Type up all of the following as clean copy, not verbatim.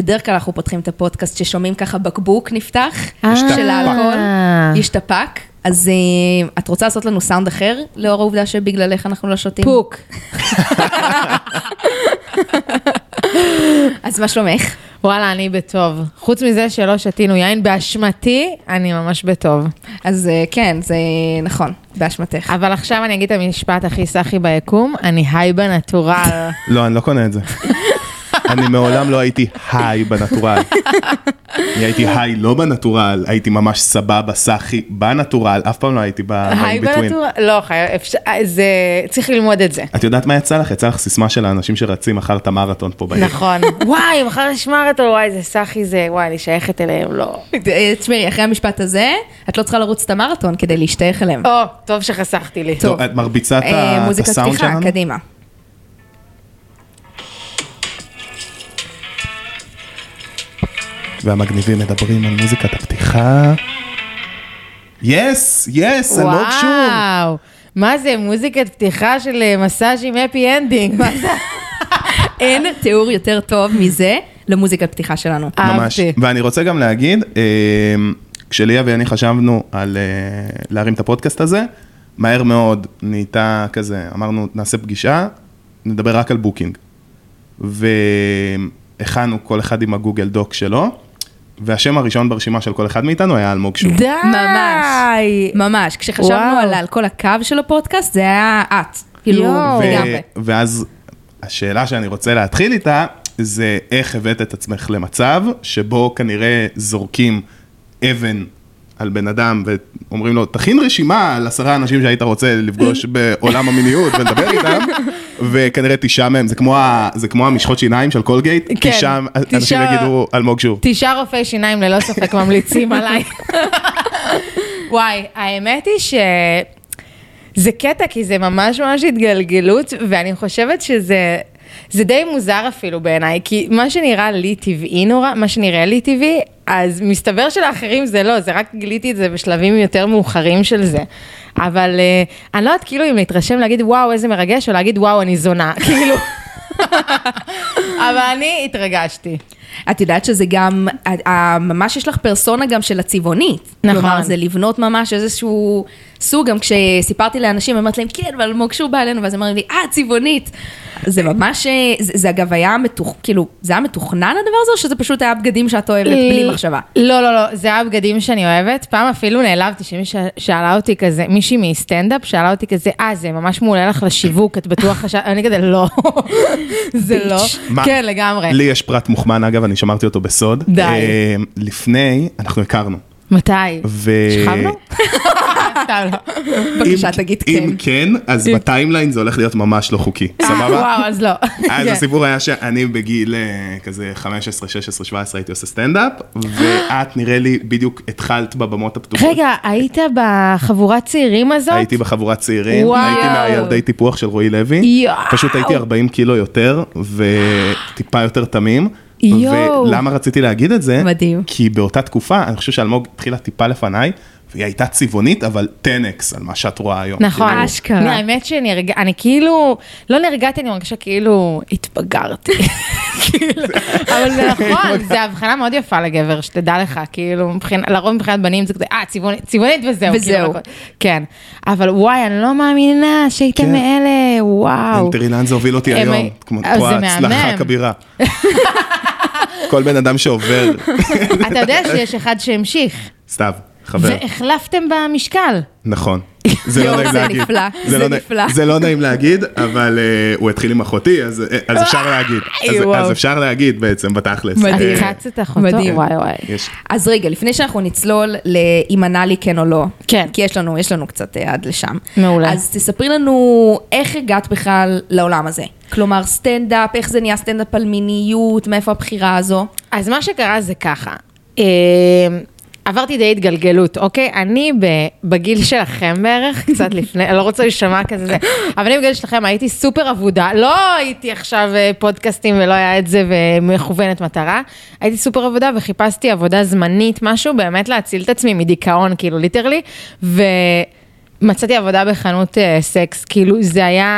בדרך כלל אנחנו פותחים את הפודקאסט ששומעים ככה בקבוק נפתח, של האלכוהול, ישתפק, אז את רוצה לעשות לנו סאונד אחר, לאור העובדה שבגללך אנחנו לא שותים? פוק. אז מה שלומך? וואלה, אני בטוב. חוץ מזה שלא שתינו יין באשמתי, אני ממש בטוב. אז כן, זה נכון, באשמתך. אבל עכשיו אני אגיד את המשפט הכי סחי ביקום, אני היי בנטורל. לא, אני לא קונה את זה. אני מעולם לא הייתי היי בנטורל. אני הייתי היי לא בנטורל, הייתי ממש סבבה, סחי בנטורל, אף פעם לא הייתי היי בנטורל? לא, זה צריך ללמוד את זה. את יודעת מה יצא לך? יצא לך סיסמה של האנשים שרצים אחר את המרתון פה בעיר. נכון. וואי, מחר יש מרתון, וואי, זה סחי זה, וואי, אני שייכת אליהם, לא. תשמעי, אחרי המשפט הזה, את לא צריכה לרוץ את המרתון כדי להשתייך אליהם. טוב שחסכתי לי. טוב, את מרביצה את הסאונד שלנו? מוזיקת פתיחה, קדימה. והמגניבים מדברים על מוזיקת הפתיחה. יס, אלמוג שור. וואו, מה זה מוזיקת פתיחה של מסאז' עם הפי אנדינג? אין תיאור יותר טוב מזה למוזיקת פתיחה שלנו. ממש, ואני רוצה גם להגיד, כשליה ואני חשבנו על להרים את הפודקאסט הזה, מהר מאוד נהייתה כזה, אמרנו נעשה פגישה, נדבר רק על בוקינג. והכנו כל אחד עם הגוגל דוק שלו, והשם הראשון ברשימה של כל אחד מאיתנו היה אלמוג שור. די! ממש. כשחשבנו על כל הקו של הפודקאסט, זה היה את. כאילו, ואז השאלה שאני רוצה להתחיל איתה, זה איך הבאת את עצמך למצב, שבו כנראה זורקים אבן על בן אדם, ואומרים לו, תכין רשימה על 10 אנשים שהיית רוצה לפגוש בעולם המיניות, ולדבר איתם, וכנראה 9 מהם, זה כמו המשחות שיניים של קולגייט, 9 אנשים יגידו אלמוג שור. 9 רופאי שיניים ללא ספק ממליצים עליי. וואי, האמת היא שזה קטע, כי זה ממש ממש התגלגלות, ואני חושבת זה די מוזר אפילו בעיניי, כי מה שנראה לי טבעי נורא, מה שנראה לי טבעי, אז מסתבר שלאחרים זה לא, זה רק גיליתי את זה בשלבים יותר מאוחרים של זה. אבל אני לא יודעת כאילו אם להתרשם להגיד וואו איזה מרגש, או להגיד וואו אני זונה, כאילו. אבל אני התרגשתי. את יודעת שזה גם, ממש יש לך פרסונה גם של הצבעונית. נכון. כלומר, זה לבנות ממש איזשהו סוג, גם כשסיפרתי לאנשים, אמרתי להם, כן, אבל אלמוג שור בא אלינו, ואז אמרתי לי, צבעונית. זה ממש, זה אגב היה כאילו, זה היה מתוכנן הדבר הזה, או שזה פשוט היה בגדים שאת אוהבת בלי מחשבה? לא, זה היה בגדים שאני אוהבת. פעם אפילו נעלבתי שמי שאלה אותי כזה, מישהי מסטנדאפ, שאלה אותי כזה, זה ממש מעולה לך לשיווק, את בטוח אני כזה, לא, זה לא. כן, לגמרי. לי יש פרט מוכמן, אגב, אני שמרתי אותו בסוד. די. לפני, אנחנו הכרנו. מתי? שכבנו? בבקשה, תגיד כן. אם כן, אז בטיימליין זה הולך להיות ממש לא חוקי. סבבה? וואו, אז לא. אז הסיפור היה שאני בגיל כזה 15, 16, 17 הייתי עושה סטנדאפ, ואת נראה לי בדיוק התחלת בבמות הפתוחות. רגע, היית בחבורת צעירים הזאת? הייתי בחבורת צעירים, הייתי מהילדי טיפוח של רועי לוי. פשוט הייתי 40 קילו יותר, וטיפה יותר תמים. ולמה רציתי להגיד את זה? מדהים. כי באותה תקופה, אני חושב שאלמוג התחילה טיפה לפניי, והיא הייתה צבעונית, אבל 10x על מה שאת רואה היום. נכון, אשכרה. האמת שאני כאילו, לא נרגעתי, אני מרגישה כאילו התבגרתי. אבל זה נכון, זה הבחנה מאוד יפה לגבר, שתדע לך, כאילו, לרוב מבחינת בנים זה כזה, צבעונית וזהו. כן, אבל וואי, אני לא מאמינה שהייתם מאלה, וואו. תראי לאן זה הוביל אותי היום, כמו הצלחה כבירה. כל בן אדם שעובר. אתה יודע שיש אחד שהמשיך. סתיו, חבר. והחלפתם במשקל. נכון. זה לא נעים להגיד. זה נפלא. זה לא נעים להגיד, אבל הוא התחיל עם אחותי, אז אפשר להגיד. אז אפשר להגיד בעצם בתכלס. מדהים. חצת אחותו, וואי. אז רגע, לפני שאנחנו נצלול לאימנה לי כן או לא, כן. כי יש לנו קצת עד לשם. מעולה. אז תספרי לנו איך הגעת בכלל לעולם הזה. כלומר, סטנדאפ, איך זה נהיה סטנדאפ על מיניות, מאיפה הבחירה הזו? אז מה שקרה זה ככה. עברתי די התגלגלות, אוקיי? אני בגיל שלכם בערך, קצת לפני, אני לא רוצה לשמע כזה זה, אבל אני בגיל שלכם הייתי סופר עבודה, לא הייתי עכשיו פודקאסטים ולא היה את זה ומכוונת מטרה, הייתי סופר עבודה וחיפשתי עבודה זמנית, משהו באמת להציל את עצמי מדיכאון, כאילו ליטרלי, ומצאתי עבודה בחנות סקס, כאילו זה היה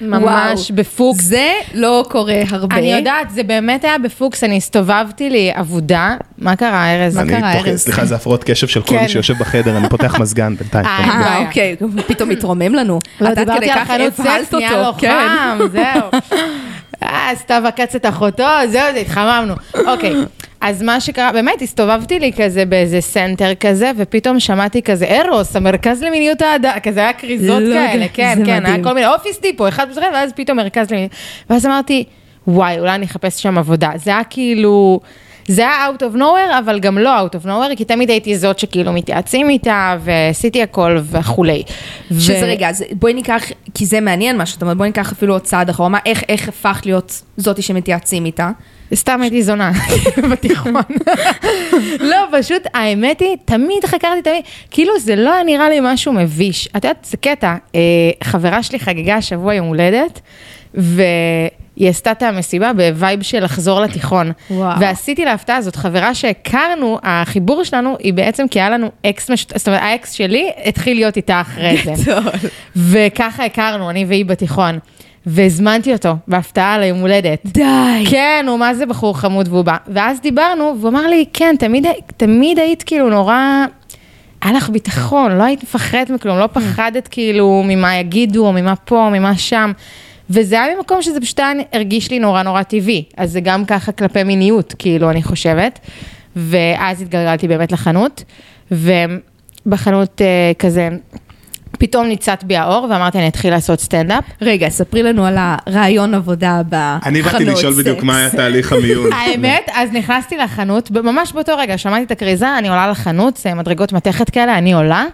ממש בפוקס. זה לא קורה הרבה. אני יודעת, זה באמת היה בפוקס, אני הסתובבתי לי עבודה. מה קרה, ארז? מה קרה, ארז? סליחה, זה הפרעות קשב של כל מי שיושב בחדר, אני פותח מזגן בינתיים. אוקיי, פתאום מתרומם לנו. לא, דיברתי על חנות סקס, נהיה לו חם, זהו. סתיו עקץ את אחותו, זהו, התחממנו. אוקיי, אז מה שקרה, באמת הסתובבתי לי כזה באיזה סנטר כזה, ופתאום שמעתי כזה, ארוס, המרכז למיניות האדם, כזה היה קריזות כאלה, כן, כן, היה כל מיני אופיס דיפו, אחד בסדר, ואז פתאום מרכז למיניות, ואז אמרתי, וואי, אולי אני אחפש שם עבודה. זה היה כאילו, זה היה out of nowhere, אבל גם לא out of nowhere, כי תמיד הייתי זאת שכאילו מתייעצים איתה, ועשיתי הכל וכולי. שזה רגע, בואי ניקח, כי זה מעניין משהו, זאת אומרת, בואי ניקח אפילו עוד צעד אחורה, איך הפך להיות זאתי שמתייעצים איתה? סתם הייתי זונה בתיכון. לא, פשוט האמת היא, תמיד חקרתי, כאילו זה לא היה נראה לי משהו מביש. את יודעת, זה קטע, חברה שלי חגגה השבוע יום הולדת, היא עשתה את המסיבה בווייב של לחזור לתיכון. ועשיתי להפתעה הזאת, חברה שהכרנו, החיבור שלנו היא בעצם כי היה לנו אקס, זאת אומרת, האקס שלי התחיל להיות איתה אחרי זה. וככה הכרנו, אני והיא בתיכון. והזמנתי אותו בהפתעה ליום הולדת. די. כן, הוא מה זה בחור חמוד והוא בא. ואז דיברנו, והוא אמר לי, כן, תמיד היית כאילו נורא, היה לך ביטחון, לא היית מפחדת מכלום, לא פחדת כאילו ממה יגידו, או ממה פה, או ממה שם. וזה היה ממקום שזה פשוט הרגיש לי נורא נורא טבעי. אז זה גם ככה כלפי מיניות, כאילו, אני חושבת. ואז התגלגלתי באמת לחנות, ובחנות כזה, פתאום ניצת בי האור, ואמרתי, אני אתחיל לעשות סטנדאפ. רגע, ספרי לנו על הרעיון עבודה בחנות. אני באתי לשאול בדיוק מה היה תהליך המיון. האמת, אז נכנסתי לחנות, ממש באותו רגע, שמעתי את הקריזה, אני עולה לחנות, זה מדרגות מתכת כאלה, אני עולה,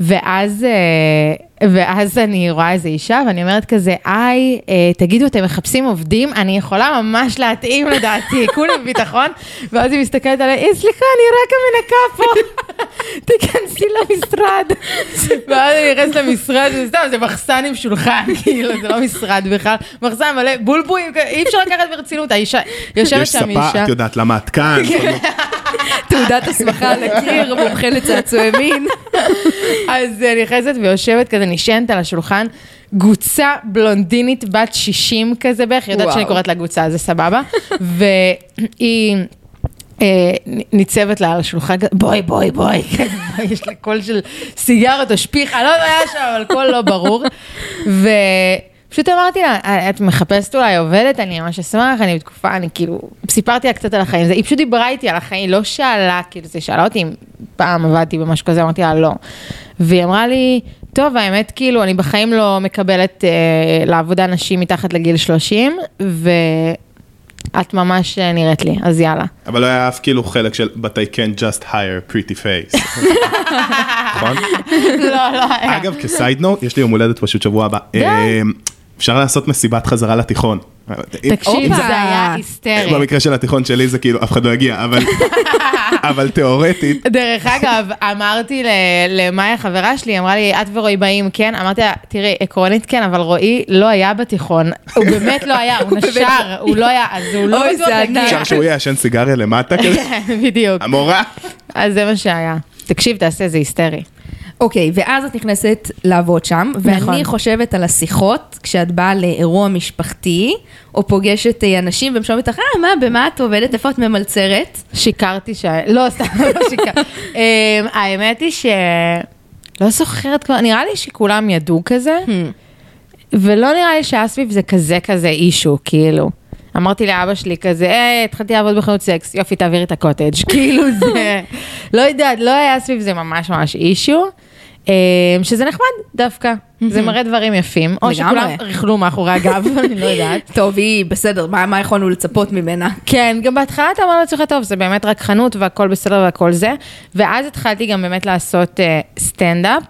ואז אני רואה איזו אישה, ואני אומרת כזה, תגידו, אתם מחפשים עובדים, אני יכולה ממש להתאים לדעתי, כולם ביטחון, ואז היא מסתכלת עליי, סליחה, אני רק המנקה פה, תכנסי למשרד. ואז אני נכנסת למשרד, זה סתם, זה מחסן עם שולחן, כאילו, זה לא משרד בכלל, מחסן מלא, בולבויים, אי אפשר לקחת ברצינות, האישה, יושבת שם אישה. יש ספה, את יודעת למה את כאן. תעודת הסמכה על הקיר, מומחה לצעצועי מין. אז אני נכנסת ויושבת כזה, נשענת על השולחן, גוצה בלונדינית בת 60 כזה בערך, יודעת שאני קוראת לה גוצה, זה סבבה, והיא ניצבת לה על השולחן, בואי, יש לה קול של סיגרת או שפיך, אני לא יודע שם, אבל קול לא ברור, פשוט אמרתי לה, את מחפשת אולי עובדת, אני ממש אשמח, אני בתקופה, אני כאילו, סיפרתי לה קצת על החיים, היא פשוט דיברה איתי על החיים, היא לא שאלה, כאילו, זה שאלה אותי אם פעם עבדתי במשהו כזה, אמרתי לה, לא. והיא אמרה לי, טוב, האמת, כאילו, אני בחיים לא מקבלת לעבודה נשים מתחת לגיל 30, ואת ממש נראית לי, אז יאללה. אבל לא היה אף כאילו חלק של, but I can't just hire pretty face. נכון? לא היה. אגב, כסייד נוט, יש לי יום הולדת פשוט שבוע הבא. אפשר לעשות מסיבת חזרה לתיכון. תקשיב, זה היה היסטרי. במקרה של התיכון שלי זה כאילו, אף אחד לא הגיע, אבל תיאורטית. דרך אגב, אמרתי למאיה חברה שלי, אמרה לי, את ורועי באים, כן? אמרתי לה, תראי, עקרונית כן, אבל רועי לא היה בתיכון. הוא באמת לא היה, הוא נשר, הוא לא היה, אז הוא לא בטוח להגיע. אפשר שהוא יעשן סיגריה למטה כזה? בדיוק. המורה. אז זה מה שהיה. תקשיב, תעשה, זה היסטרי. אוקיי, ואז את נכנסת לעבוד שם, ואני חושבת על השיחות, כשאת באה לאירוע משפחתי, או פוגשת אנשים, והם שומעים איתך, במה את עובדת, איפה את ממלצרת? שיקרתי לא, סתם, לא שיקרתי. האמת היא לא זוכרת כבר, נראה לי שכולם ידעו כזה, ולא נראה לי שהיה סביב זה כזה אישו, כאילו. אמרתי לאבא שלי כזה, התחלתי לעבוד בחנות סקס, יופי, תעבירי את הקוטג', כאילו זה, לא יודעת, לא היה סביב זה ממש אישו, שזה נחמד דווקא, זה מראה דברים יפים, או שכולם ריחלו מאחורי הגב, אני לא יודעת. טוב, היא בסדר, מה יכולנו לצפות ממנה? כן, גם בהתחלה אתה אמר לעצמך, טוב, זה באמת רק חנות והכל בסדר והכל זה, ואז התחלתי גם באמת לעשות סטנדאפ,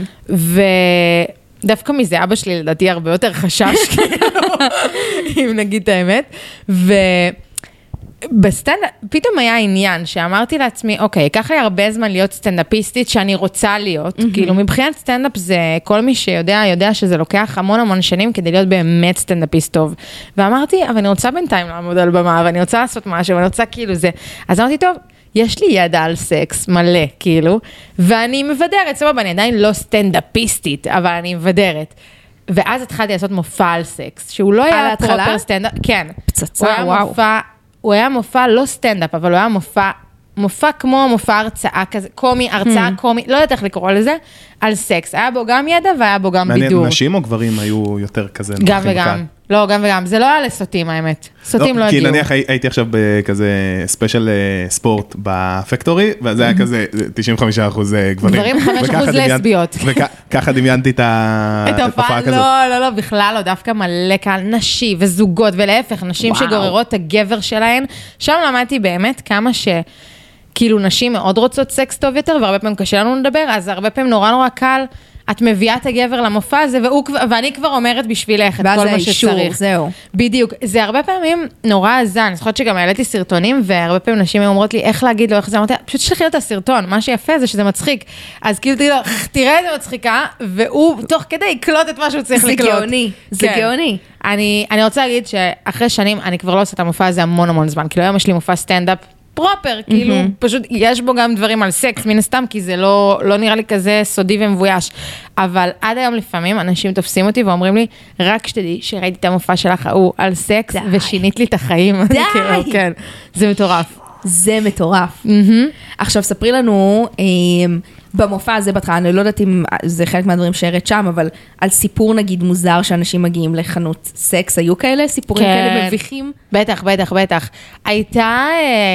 דווקא מזה, אבא שלי לדעתי הרבה יותר חשש, אם נגיד את האמת, ובסטנדאפ, פתאום היה עניין שאמרתי לעצמי, אוקיי, ככה לי הרבה זמן להיות סטנדאפיסטית שאני רוצה להיות, כאילו מבחינת סטנדאפ זה, כל מי יודע שזה לוקח המון שנים כדי להיות באמת סטנדאפיסט טוב, ואמרתי, אבל אני רוצה בינתיים לעמוד על במה, ואני רוצה לעשות משהו, ואני רוצה כאילו זה, אז אמרתי, טוב, יש לי ידע על סקס מלא, כאילו, ואני מבדרת, סבבה, אני עדיין לא סטנדאפיסטית, אבל אני מבדרת. ואז התחלתי לעשות מופע על סקס, שהוא לא היה פרופר סטנדאפ, כן. פצצה, וואו. הוא היה מופע לא סטנדאפ, אבל הוא היה מופע כמו מופע הרצאה כזה, קומי, הרצאה קומי, לא יודעת איך לקרוא לזה, על סקס. היה בו גם ידע והיה בו גם בידור. מעניין, נשים או גברים היו יותר כזה? גם וגם. לא, גם וגם. זה לא היה לסוטים, האמת. סוטים לא הגיעו. כי נניח הייתי עכשיו בכזה ספיישל ספורט בפקטורי, וזה היה כזה 95% גברים. גברים 5% לסביות. וככה דמיינתי את התופעה כזאת. לא, בכלל לא, דווקא מלא קהל נשי וזוגות, ולהפך, נשים שגוררות את הגבר שלהן. שם למדתי באמת כמה כאילו נשים מאוד רוצות סקס טוב יותר, והרבה פעמים קשה לנו לדבר, אז הרבה פעמים נורא קל, את מביאה את הגבר למופע הזה, ואני כבר אומרת בשבילך את כל מה שצריך. זהו. בדיוק. זה הרבה פעמים נורא עזן, אני זוכרת שגם העליתי סרטונים, והרבה פעמים נשים אומרות לי, איך להגיד לו, איך זה, אמרתי, פשוט שלחי לו את הסרטון, מה שיפה זה שזה מצחיק. אז כאילו תגיד לו, תראה איזה מצחיקה, והוא תוך כדי יקלוט את מה שהוא צריך לקלוט. זה גאוני, זה גאוני. אני רוצה להגיד שאחרי שנים, אני כבר לא עושה את המופע הזה המון זמן, כאילו היום יש לי מופע סטנדאפ פרופר, כאילו, פשוט יש בו גם דברים על סקס, מן הסתם, כי זה לא נראה לי כזה סודי ומבויש. אבל עד היום לפעמים אנשים תופסים אותי ואומרים לי, רק שתדעי שראיתי את המופע שלך ההוא על סקס, ושינית לי את החיים. די! כן, זה מטורף. זה מטורף. עכשיו, ספרי לנו, במופע הזה בתך, אני לא יודעת אם זה חלק מהדברים שהראית שם, אבל על סיפור נגיד מוזר שאנשים מגיעים לחנות סקס, היו כאלה? סיפורים כאלה מביכים? בטח. הייתה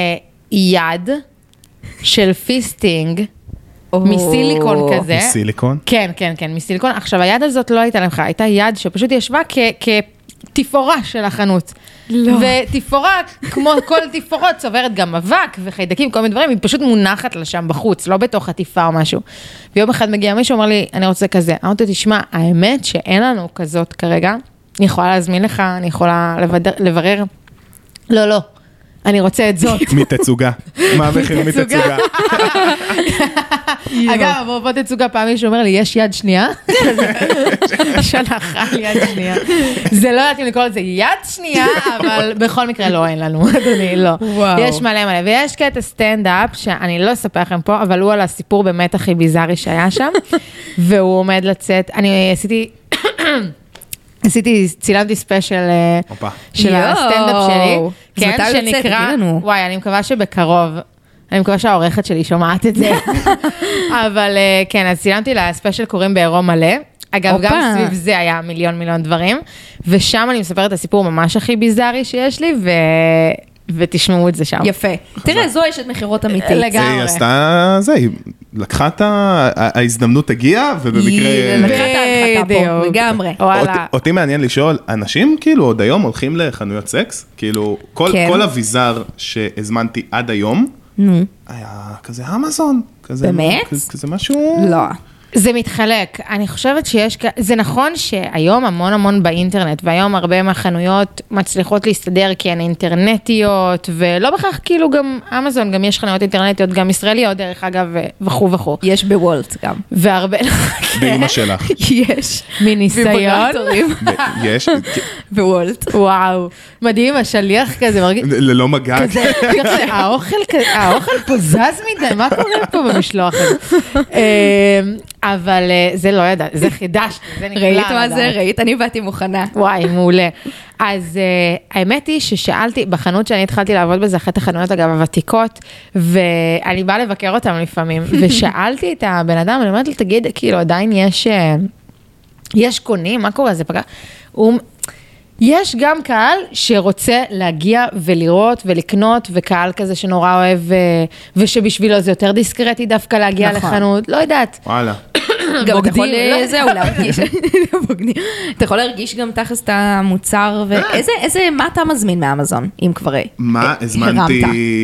יד של פיסטינג, מסיליקון כזה. מסיליקון? כן, מסיליקון. עכשיו, היד הזאת לא הייתה לך, הייתה יד שפשוט ישבה כתפאורה של החנות. לא. ותפאורה, כמו כל תפאורות, צוברת גם אבק וחיידקים, כל מיני דברים, היא פשוט מונחת לה שם בחוץ, לא בתוך עטיפה או משהו. ויום אחד מגיע מישהו, אומר לי, אני רוצה כזה. אמרתי, תשמע, האמת שאין לנו כזאת כרגע, אני יכולה להזמין לך, אני יכולה לברר. לא. אני רוצה את זאת. מתצוגה. מה המחיר מתצוגה? אגב, בוא תצוגה פעם מישהו אומר לי, יש יד שנייה? שנחל יד שנייה. זה לא יודעת אם לקרוא לזה יד שנייה, אבל בכל מקרה לא, אין לנו, אדוני, לא. יש מלא. ויש קטע סטנדאפ, שאני לא אספר לכם פה, אבל הוא על הסיפור באמת הכי ביזארי שהיה שם, והוא עומד לצאת, אני צילמתי ספיישל של הסטנדאפ שלי, כן, שנקרא, וואי, אני מקווה שבקרוב, אני מקווה שהעורכת שלי שומעת את זה, אבל כן, אז צילמתי לספיישל קוראים בעירום מלא, אגב, גם סביב זה היה מיליון דברים, ושם אני מספרת את הסיפור ממש הכי ביזארי שיש לי, ותשמעו את זה שם. יפה. תראה, זו יש את מחירות אמיתית. לגמרי. היא עשתה זה, היא לקחה את ההזדמנות הגיעה, ובמקרה... היא לקחה את ההנחתה פה, לגמרי. אותי מעניין לשאול, אנשים כאילו עוד היום הולכים לחנויות סקס? כאילו, כל אביזר שהזמנתי עד היום, היה כזה אמזון. באמת? כזה משהו... לא. זה מתחלק. אני חושבת זה נכון שהיום המון באינטרנט, והיום הרבה מהחנויות מצליחות להסתדר כי הן אינטרנטיות, ולא בכך כאילו גם אמזון, גם יש חנויות אינטרנטיות, גם ישראליות דרך אגב, וכו'. יש בוולט גם. והרבה... באמא שלך. יש. מניסיון. יש. בוולט. וואו. מדהים, השליח כזה מרגיש... ללא מגע. האוכל פה זז מדי, מה קורה פה במשלוח הזה? אבל זה לא ידע, זה חידש, זה נקלע. ראית מה זה? ראית? אני באתי מוכנה. וואי, מעולה. אז האמת היא ששאלתי, בחנות שאני התחלתי לעבוד בזה, אחת החנויות אגב הוותיקות, ואני באה לבקר אותם לפעמים, ושאלתי את הבן אדם, אני אומרת לי, תגיד, כאילו עדיין יש קונים, מה קורה? זה פגע? יש גם קהל שרוצה להגיע ולראות ולקנות, וקהל כזה שנורא אוהב, ושבשבילו זה יותר דיסקרטי דווקא להגיע לחנות, לא יודעת. וואלה. גם אתה יכול, זהו, להרגיש, אתה יכול להרגיש גם תחת המוצר, מה אתה מזמין מאמזון, אם כבר הרמת? מה? הזמנתי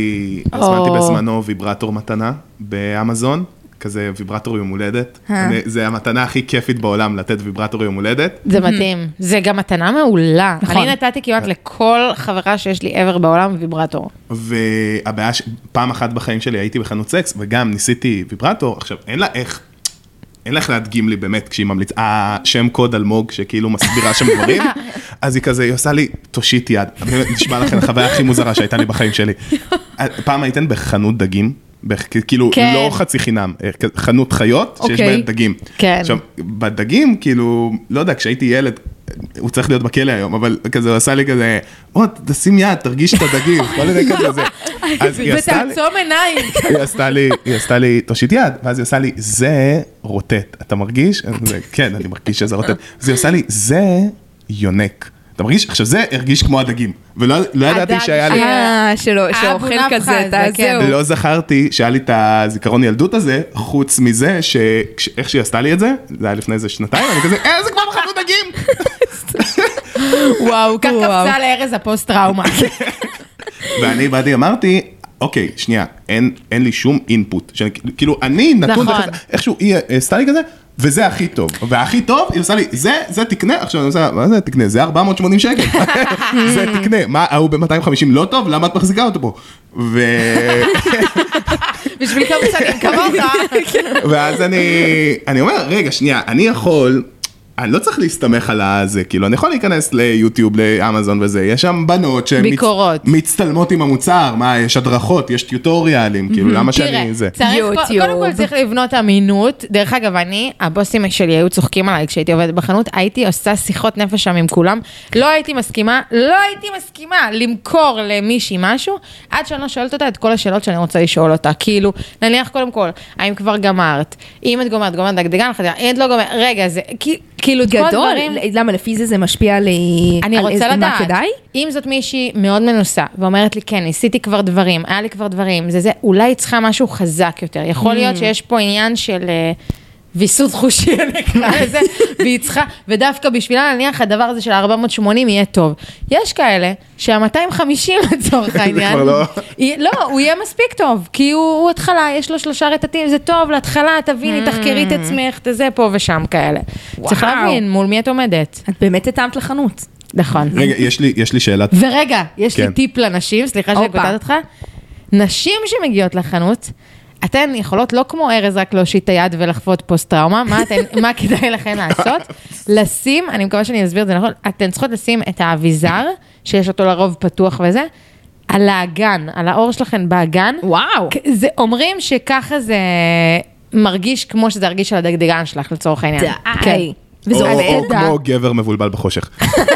בזמנו ויברטור מתנה באמזון, כזה ויברטור יום הולדת. זה המתנה הכי כיפית בעולם, לתת ויברטור יום הולדת. זה מתאים. זה גם מתנה מעולה. אני נתתי כמעט לכל חברה שיש לי עבר בעולם ויברטור. והבעיה, פעם אחת בחיים שלי הייתי בחנות סקס, וגם ניסיתי ויברטור. עכשיו, אין לה איך להדגים לי באמת, כשהיא ממליץ, שם קוד אלמוג, שכאילו מסבירה שם דברים, אז היא כזה, היא עושה לי, תושיט יד. באמת נשמע לכם, החוויה הכי מוזרה שהייתה לי בחיים שלי. פעם הייתן בחנות דגים, כאילו, כן. לא חצי חינם, חנות חיות שיש אוקיי. בהם דגים. כן. עכשיו, בדגים, כאילו, לא יודע, כשהייתי ילד, הוא צריך להיות בכלא היום, אבל כזה, הוא עשה לי כזה, תשים יד, תרגיש את הדגים, כל מיני כזה. אז היא עשתה לי, ותעצום עיניים. היא עשתה לי, תושיט יד, ואז היא עושה לי, זה רוטט, אתה מרגיש? כן, אני מרגיש שזה רוטט. אז היא עושה לי, זה יונק. אתה מרגיש? עכשיו זה הרגיש כמו הדגים, ולא ידעתי שהיה לי... שאוכל כזה, זהו. לא זכרתי שהיה לי את הזיכרון ילדות הזה, חוץ מזה שאיך שהיא עשתה לי את זה, זה היה לפני איזה שנתיים, אני כזה, זה כבר בחנות דגים! וואו, כך קפצה לארז הפוסט-טראומה. ואני באתי, אמרתי, אוקיי, שנייה, אין לי שום אינפוט, כאילו, אני נתון, איכשהו היא עשתה לי כזה, וזה הכי טוב, והכי טוב, היא עושה לי, זה תקנה, עכשיו אני עושה, מה זה תקנה? זה 480 שקל, זה תקנה, מה, הוא ב-250 לא טוב? למה את מחזיקה אותו פה? בשביל קבצנים כמוך. ואז אני אומר, רגע, שנייה, אני לא צריך להסתמך על זה, כאילו, אני יכול להיכנס ליוטיוב, לאמזון וזה, יש שם בנות שמצטלמות עם המוצר, מה, יש הדרכות, יש טיוטוריאלים, כאילו, למה שאני זה? קודם כל צריך לבנות אמינות, דרך אגב, הבוסים שלי היו צוחקים עליי כשהייתי עובדת בחנות, הייתי עושה שיחות נפש שם עם כולם, לא הייתי מסכימה למכור למישהי משהו, עד שאני לא שואלת אותה את כל השאלות שאני רוצה לשאול אותה, כאילו, נניח קודם כל, האם כבר גמרת, אם את גומרת דגדגן, אם את לא גומרת, רגע, זה, כאילו, גדול, למה לפי זה משפיע על אני רוצה לדעת, כדאי? אם זאת מישהי מאוד מנוסה, ואומרת לי, כן, ניסיתי כבר דברים, היה לי כבר דברים, זה, אולי צריכה משהו חזק יותר, יכול להיות שיש פה עניין של ויסות חושי, אני אקרא לזה, והיא צריכה, ודווקא בשבילה נניח הדבר הזה של 480 יהיה טוב. יש כאלה שה-250 לצורך העניין, לא, הוא יהיה מספיק טוב, כי הוא התחלה, יש לו 3 רטטים, זה טוב להתחלה, תביני, תחקרי את עצמך, זה פה ושם כאלה. צריך להבין, מול מי את עומדת. את באמת התאמת לחנות. נכון. רגע, יש לי שאלה. ורגע, יש לי טיפ לנשים, סליחה שאני קוטעת אותך. נשים שמגיעות לחנות, אתן יכולות לא כמו ארז רק להושיט את היד ולחוות פוסט-טראומה, מה כדאי לכן לעשות? לשים, אני מקווה שאני אסביר את זה נכון, אתן צריכות לשים את האביזר, שיש אותו לרוב פתוח וזה, על האגן, על האור שלכן באגן. וואו. זה אומרים שככה זה מרגיש כמו שזה הרגיש על הדגדגן שלך לצורך העניין. די. או כמו גבר מבולבל בחושך.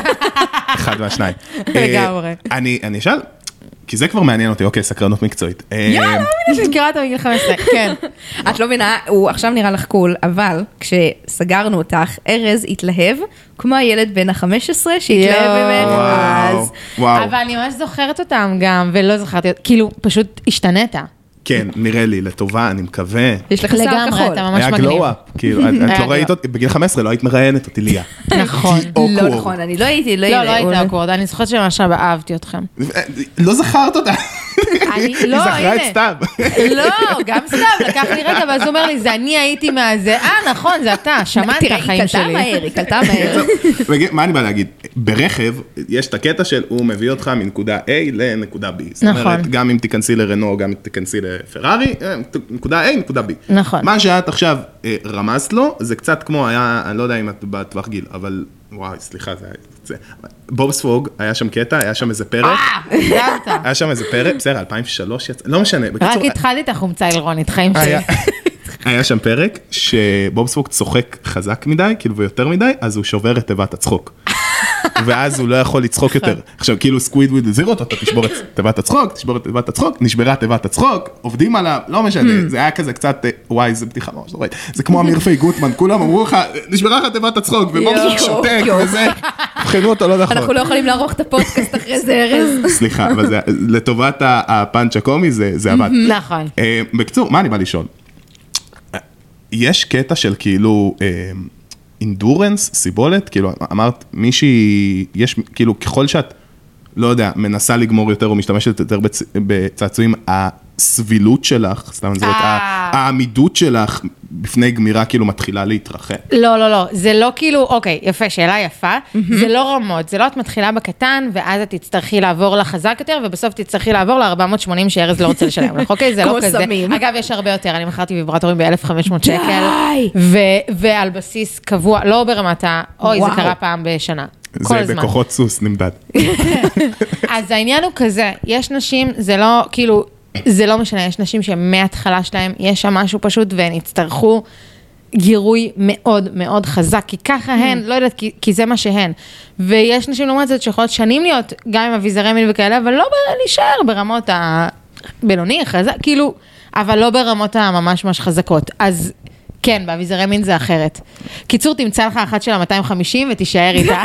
אחד מהשניים. לגמרי. אני אשאל, כי זה כבר מעניין אותי, אוקיי, סקרנות מקצועית. יאללה, אני שקרא אותו בגיל 15, כן. את לא מבינה, הוא עכשיו נראה לך קול, אבל כשסגרנו אותך, ארז התלהב, כמו הילד בן ה-15 שהתלהב ממך, אז... אבל אני ממש זוכרת אותם גם, ולא זכרתי, כאילו, פשוט השתנית. כן, נראה לי, לטובה, אני מקווה. יש לך שיער כחול. אתה ממש היה מגניב. גלואה, כאילו, את לא ראית אותי, בגיל 15 לא היית מראיינת אותי ליה. נכון. לא נכון, אני לא הייתי, לא היית אקוורד, אני זוכרת שמשל אהבתי אתכם. לא זכרת אותה. היא זכרה את סתיו. לא, גם סתיו, לקח לי רגע, ואז הוא אומר לי, זה אני הייתי מהזה, נכון, זה אתה, שמעת את החיים שלי. היא קלטה מהר. מה אני בא להגיד? ברכב, יש את הקטע של הוא מביא אותך מנקודה A לנקודה B. זאת אומרת, גם אם תיכנסי לרנו, גם אם תיכנסי לפרארי, נקודה A, נקודה B. נכון. מה שאת עכשיו רמזת לו, זה קצת כמו היה, אני לא יודע אם את בטווח גיל, אבל וואי, סליחה, זה... בובספוג, היה שם קטע, היה שם איזה פרק. היה שם איזה פרק, בסדר, 2003 יצא, לא משנה. רק התחלתי את החומצה אלרונית, חיים שלי. היה שם פרק שבובספוג צוחק חזק מדי, כאילו ויותר מדי, אז הוא שובר את תיבת הצחוק. ואז הוא לא יכול לצחוק יותר. עכשיו, כאילו סקווידוויד הזהיר אותו, אתה תשבור את תיבת הצחוק, תשבור את תיבת הצחוק, נשברה תיבת הצחוק, עובדים עליו, לא משנה, זה היה כזה קצת, וואי, זה בדיחה ממש נוראית. זה כמו אמיר פי גוטמן, כולם אמרו לך, נשברה לך תיבת הצחוק, ובובספוג שותק, וזה, הבחנו אותו לא נכון. אנחנו לא יכולים לערוך את הפודקאסט אחרי זה, ארז. סליחה, אבל לטובת הפאנץ' הקומי, זה עבד. נכון. בקיצור, מה אני בא לשאול? יש קטע של כאילו אינדורנס, סיבולת, כאילו אמרת מישהי, יש כאילו ככל שאת, לא יודע, מנסה לגמור יותר או משתמשת יותר בצעצועים, הסבילות שלך, סתם זאת, העמידות שלך בפני גמירה כאילו מתחילה להתרחב. לא, זה לא כאילו, אוקיי, יפה, שאלה יפה, זה לא רמות, זה לא את מתחילה בקטן, ואז את תצטרכי לעבור לחזק יותר, ובסוף תצטרכי לעבור ל-480 שארז לא רוצה לשלם לך, אוקיי? זה לא כזה. אגב, יש הרבה יותר, אני מכרתי ויברטורים ב-1,500 שקל, ועל בסיס קבוע, לא ברמת אוי, זה קרה פעם בשנה. זה בכוחות סוס נמדד. אז העניין הוא כזה, יש נשים, זה לא, כאילו, זה לא משנה, יש נשים שמההתחלה שלהם, יש שם משהו פשוט, והן יצטרכו גירוי מאוד מאוד חזק, כי ככה הן, לא יודעת, כי זה מה שהן. ויש נשים לעומת זאת שיכולות שנים להיות, גם עם אביזרי מין וכאלה, אבל לא להישאר ברמות הבינוני, חזק, כאילו, אבל לא ברמות הממש ממש חזקות. אז כן, באביזרי מין זה אחרת. קיצור, תמצא לך אחת של 250 ותישאר איתה.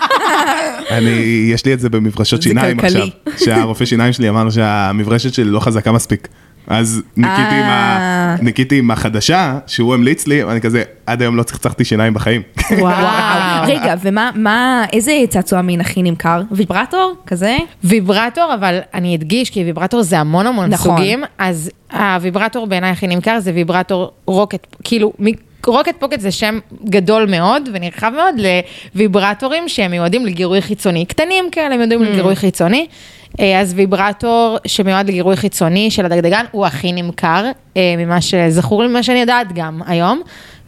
יש לי את זה במברשות שיניים עכשיו, שהרופא שיניים שלי אמר שהמברשת שלי לא חזקה מספיק. אז ניקיתי עם החדשה, שהוא המליץ לי, ואני כזה, עד היום לא צחצחתי שיניים בחיים. וואו. רגע, איזה צעצוע מין הכי נמכר? ויברטור? כזה? ויברטור, אבל אני אדגיש, כי ויברטור זה המון המון סוגים, אז הוויברטור בעיניי הכי נמכר זה ויברטור רוקט, כאילו, רוקט פוקט זה שם גדול מאוד ונרחב מאוד לוויברטורים שהם מיועדים לגירוי חיצוני. קטנים כאלה הם מיועדים לגירוי חיצוני. אז ויברטור שמיועד לגירוי חיצוני של הדגדגן הוא הכי נמכר, ממה שזכור לי, ממה שאני יודעת גם היום.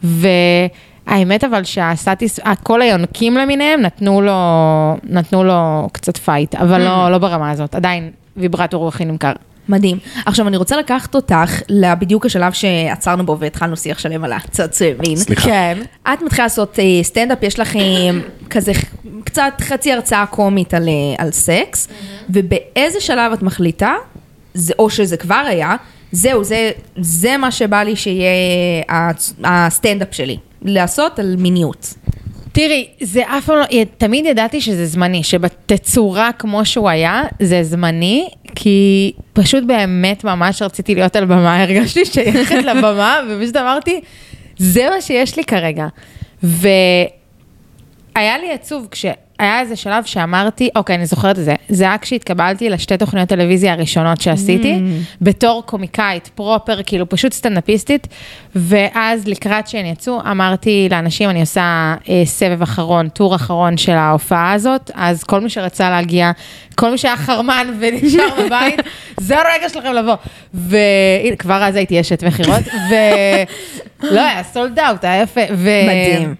והאמת אבל שהסטטיס, כל היונקים למיניהם נתנו לו קצת פייט, אבל לא ברמה הזאת. עדיין ויברטור הוא הכי נמכר. מדהים. עכשיו, אני רוצה לקחת אותך לבדיוק השלב שעצרנו בו והתחלנו שיח שלם על הצעצועי מין. סליחה. כן. את מתחילה לעשות סטנדאפ, יש לכם כזה קצת חצי הרצאה קומית על סקס, ובאיזה שלב את מחליטה, או שזה כבר היה, זהו, זה מה שבא לי שיהיה הסטנדאפ שלי, לעשות על מיניות. תראי, זה אף פעם לא, תמיד ידעתי שזה זמני, שבתצורה כמו שהוא היה, זה זמני, כי פשוט באמת ממש רציתי להיות על במה, הרגשתי שייכת לבמה, ופשוט אמרתי, זה מה שיש לי כרגע. והיה לי עצוב, כשהיה איזה שלב שאמרתי, אוקיי, אני זוכרת את זה, זה היה כשהתקבלתי לשתי תוכניות טלוויזיה הראשונות שעשיתי, בתור קומיקאית, פרופר, כאילו פשוט סטנדאפיסטית, ואז לקראת שהן יצאו, אמרתי לאנשים, אני עושה סבב אחרון, טור אחרון של ההופעה הזאת, אז כל מי שרצה להגיע, כל מי שהיה חרמן ונשאר בבית, זה הרגע שלכם לבוא. וכבר אז הייתי אשת מחירות, ולא, היה סולד אאוט, היה יפה. מדהים.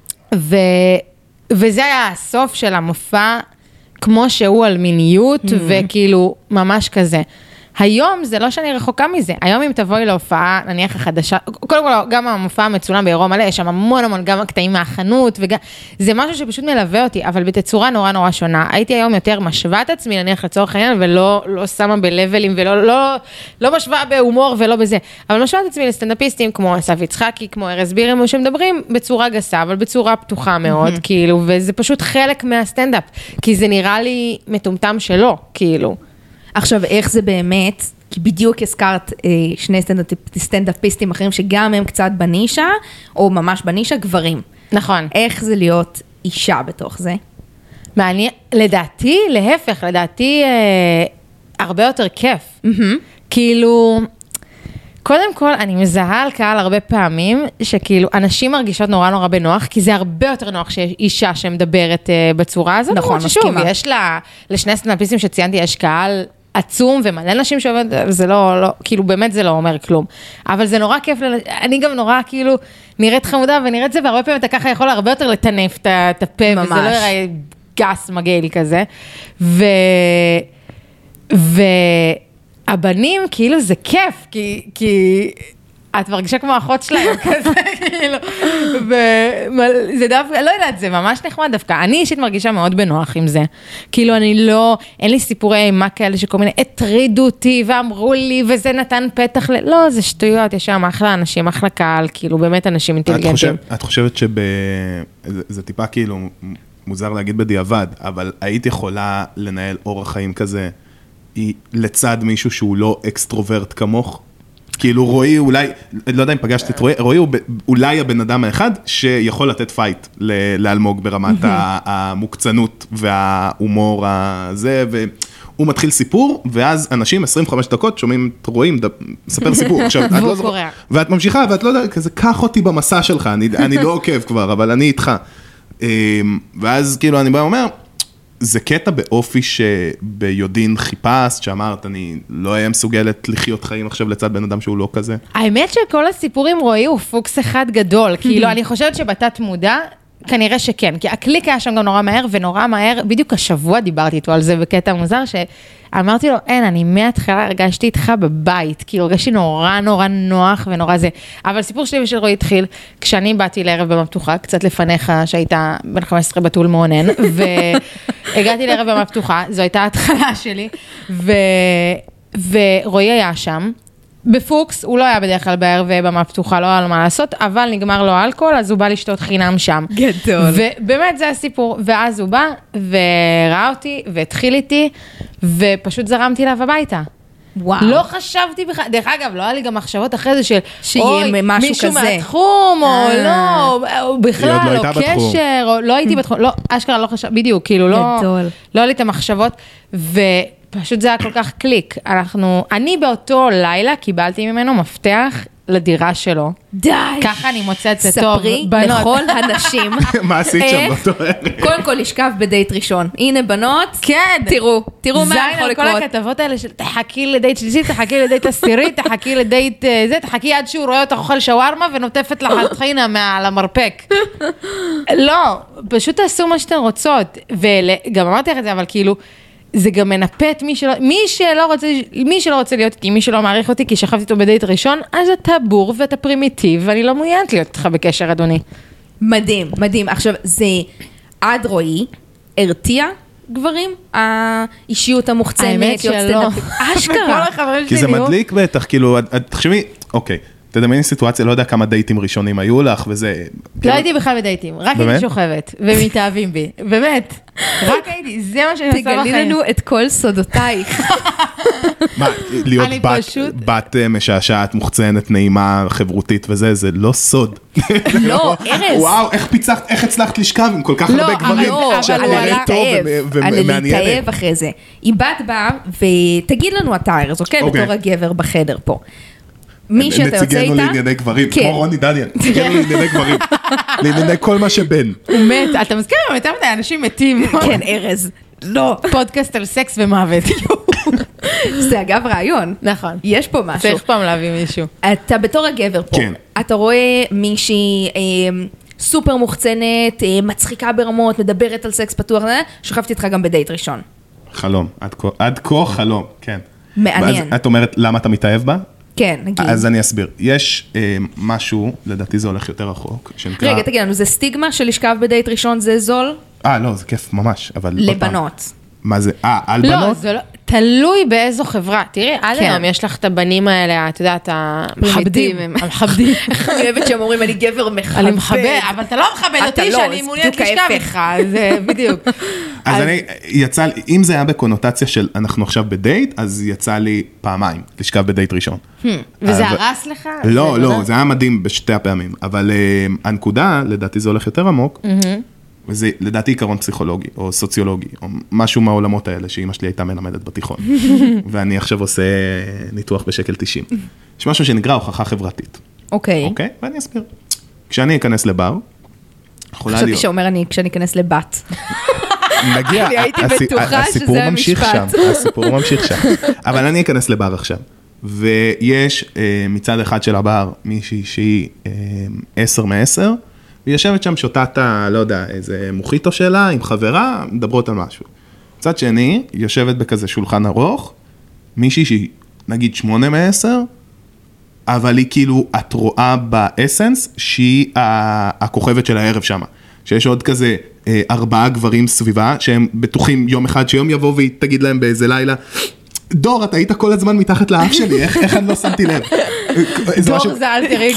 וזה היה הסוף של המופע, כמו שהוא על מיניות, וכאילו ממש כזה. היום זה לא שאני רחוקה מזה, היום אם תבואי להופעה, נניח החדשה, קודם כל גם המופע המצולם בעירום מלא, יש שם המון גם הקטעים מהחנות, זה משהו שפשוט מלווה אותי, אבל בתצורה נורא נורא שונה. הייתי היום יותר משווה את עצמי, נניח לצורך העניין, ולא שמה בלבלים, לא משווה בהומור ולא בזה, אבל משווה את עצמי לסטנדאפיסטים, כמו אסף יצחקי, כמו ארז בירם, שמדברים בצורה גסה, אבל בצורה פתוחה מאוד, כאילו, וזה פשוט חלק מהסטנדאפ, כי זה נראה לי מטומטם שלו, כאילו. עכשיו, איך זה באמת, כי בדיוק הזכרת שני סטנדאפיסטים אחרים שגם הם קצת בנישה, או ממש בנישה, גברים. נכון. איך זה להיות אישה בתוך זה? מעניין, לדעתי, להפך, לדעתי הרבה יותר כיף. כאילו, קודם כל, אני מזהה על קהל הרבה פעמים, שכאילו, אנשים מרגישות נורא נורא בנוח, כי זה הרבה יותר נוח שיש אישה שמדברת בצורה הזאת. נכון, מסכימה. יש לשני סטנדאפיסטים שציינתי, יש קהל עצום ומלא נשים שעובד, זה לא, כאילו באמת זה לא אומר כלום. אבל זה נורא כיף, אני גם נורא כאילו נראית חמודה ונראית זה, והרבה פעמים אתה ככה יכול הרבה יותר לטנף את הפה, וזה לא יראה גס מגעיל כזה. והבנים כאילו זה כיף, כי את מרגישה כמו האחות שלהם כזה, כאילו, וזה דווקא, לא יודעת, זה ממש נחמד דווקא, אני אישית מרגישה מאוד בנוח עם זה, כאילו אני לא, אין לי סיפורי אימה כאלה שכל מיני הטרידו אותי ואמרו לי, וזה נתן פתח לא, זה שטויות, יש שם אחלה אנשים, אחלה קהל, כאילו באמת אנשים אינטליגנטים. את חושבת זה טיפה כאילו מוזר להגיד בדיעבד, אבל היית יכולה לנהל אורח חיים כזה, לצד מישהו שהוא לא אקסטרוברט כמוך? כאילו רועי אולי, לא יודע אם פגשתי את רועי הוא אולי הבן אדם האחד שיכול לתת פייט לאלמוג ברמת המוקצנות וההומור הזה, והוא מתחיל סיפור, ואז אנשים 25 דקות שומעים את רועי מספר סיפור. ואת ממשיכה, ואת לא יודעת, כזה, קח אותי במסע שלך, אני לא עוקב כבר, אבל אני איתך. ואז כאילו אני בא ואומר, זה קטע באופי שביודעין חיפשת, שאמרת, אני לא אהיה מסוגלת לחיות חיים עכשיו לצד בן אדם שהוא לא כזה. האמת שכל הסיפורים רואי הוא פוקס אחד גדול, כאילו אני חושבת שבתת מודע, כנראה שכן, כי הקליק היה שם גם נורא מהר, ונורא מהר, בדיוק השבוע דיברתי איתו על זה בקטע מוזר, שאמרתי לו, אין, אני מההתחלה הרגשתי איתך בבית, כאילו הרגשתי נורא נורא נוח ונורא זה, אבל סיפור שלי ושל רועי התחיל, כשאני באתי לערב במה פתוחה, קצת לפניך, שהיית בן 15 בתול מעונן, והגעתי לערב במה פתוחה, זו הייתה ההתחלה שלי, ורועי היה שם, בפוקס, הוא לא היה בדרך כלל בערב במה פתוחה, לא היה לו מה לעשות, אבל נגמר לו אלכוהול, אז הוא בא לשתות חינם שם. גדול. ובאמת זה הסיפור, ואז הוא בא, וראה אותי, והתחיל איתי, ופשוט זרמתי אליו הביתה. וואו. לא חשבתי בכלל, דרך אגב, לא היה לי גם מחשבות אחרי זה של, שיהיה משהו מישהו כזה. מהתחום, או לא, או בכלל, היא עוד לא או הייתה בתחום. קשר, או לא הייתי בתחום, לא, אשכרה לא חשב, בדיוק, כאילו גדול. לא היה לי את המחשבות, ופשוט זה היה כל כך קליק. אני באותו לילה קיבלתי ממנו מפתח לדירה שלו. די. ככה אני מוצאת זה טוב. ספרי בנות. לכל הנשים. מה עשית שם איך? באותו ערב? קודם כל לשכב בדייט ראשון. הנה בנות, כן. תראו מה יכול זין לקרות. על כל הכתבות האלה של תחכי לדייט שלישי, תחכי לדייט עשירי, תחכי לדייט זה, תחכי עד שהוא רואה אותך אוכל שווארמה ונוטפת לך טחינה מעל המרפק. לא, פשוט תעשו מה שאתן רוצות. וגם אמרתי לך את זה, אבל כאילו, זה גם מנפט מי שלא רוצה להיות איתי, מי שלא מעריך אותי, כי שכבתי איתו בדייט ראשון, אז אתה בור ואתה פרימיטיב, ואני לא מעוניינת להיות איתך בקשר, אדוני. מדהים, מדהים. עכשיו, זה עד רועי, הרתיע גברים, האישיות המוחצנת, האמת שלא. אשכרה. כי זה מדליק בטח, כאילו, תחשבי, אוקיי, תדמייני סיטואציה, לא יודע כמה דייטים ראשונים היו לך, וזה... לא הייתי בכלל בדייטים, רק הייתי שוכבת, ומתאהבים בי, באמת, רק הייתי, זה מה שאני עושה בחיים. תגלי לנו את כל סודותייך. מה, להיות אני פשוט- בת משעשעת, מוחצנת, נעימה, חברותית וזה, זה לא סוד. לא, ארז. וואו, איך הצלחת לשכב עם כל כך הרבה גברים, לא, שאת אבל נראית טוב אני ומעניינת. להתאהב אחרי זה. אם בת באה, ותגיד לנו אתה, ארז, אוקיי? אוקיי. בתור הגבר בחדר פה. מי שאתה יוצא נציגנו איתה... לענייני גברים, כן. כמו רוני דניאל, נציגנו לענייני גברים, לענייני כל מה שבין. הוא מת, אתה מזכיר היום יותר מדי אנשים מתים. כן, ארז. לא. פודקאסט על סקס ומוות. זה אגב רעיון. נכון. יש פה משהו. צריך פעם להביא מישהו. אתה בתור הגבר פה, כן. אתה רואה מישהי סופר מוחצנת, מצחיקה ברמות, מדברת על סקס פתוח, שכבתי איתך גם בדייט ראשון. חלום, עד כה חלום, כן. מעניין. ואז את אומרת, למה אתה מתאהב בה? כן, נגיד. אז אני אסביר. יש משהו, לדעתי זה הולך יותר רחוק, שנקרא... רגע, תגיד לנו, זה סטיגמה של לשכב בדייט ראשון זה זול? לא, זה כיף ממש, אבל... עוד פעם. לבנות. מה זה? על לא, בנות? זה לא, תלוי באיזו חברה. תראי, עד כן. היום יש לך את הבנים האלה, את יודעת, מכבדים. המכבדים. איך אני אוהבת שהם אומרים, אני גבר מכבד. אני מכבד, אבל אתה לא מכבד אתה אותי לא, שאני זה מעוניינת בדיוק לשכב ההפך. איתך, זה בדיוק. אז אני, יצא לי, אם זה היה בקונוטציה של אנחנו עכשיו בדייט, אז יצא לי פעמיים לשכב בדייט ראשון. וזה אבל- הרס לך? לא, לא, זה היה מדהים בשתי הפעמים, אבל הנקודה, לדעתי זה הולך יותר עמוק, וזה לדעתי עיקרון פסיכולוגי, או סוציולוגי, או משהו מהעולמות האלה, שאמא שלי הייתה מלמדת בתיכון, ואני עכשיו עושה ניתוח בשקל 90. יש משהו שנקרא הוכחה חברתית, אוקיי. אוקיי? ואני אסביר. כשאני אכנס לבר, יכולה חשבתי להיות... שאומר אני כשאני אכנס לבת. נגיע, אני הייתי בטוחה הסיפור שזה ממשיך המשפט. שם, הסיפור ממשיך שם. אבל אני אכנס לבר עכשיו, ויש מצד אחד של הבר מישהי שהיא 10 מ-10, והיא יושבת שם שותת, לא יודע, איזה מוחיטו שלה עם חברה, מדברות על משהו. מצד שני, יושבת בכזה שולחן ארוך, מישהי שהיא נגיד 8 מ-10, אבל היא כאילו, את רואה באסנס שהיא הכוכבת של הערב שמה. שיש עוד כזה 4 גברים סביבה, שהם בטוחים יום אחד, שיום יבוא והיא תגיד להם באיזה לילה, דור, אתה היית כל הזמן מתחת לאף שלי, איך אני לא שמתי לב? דור זה אל תראי.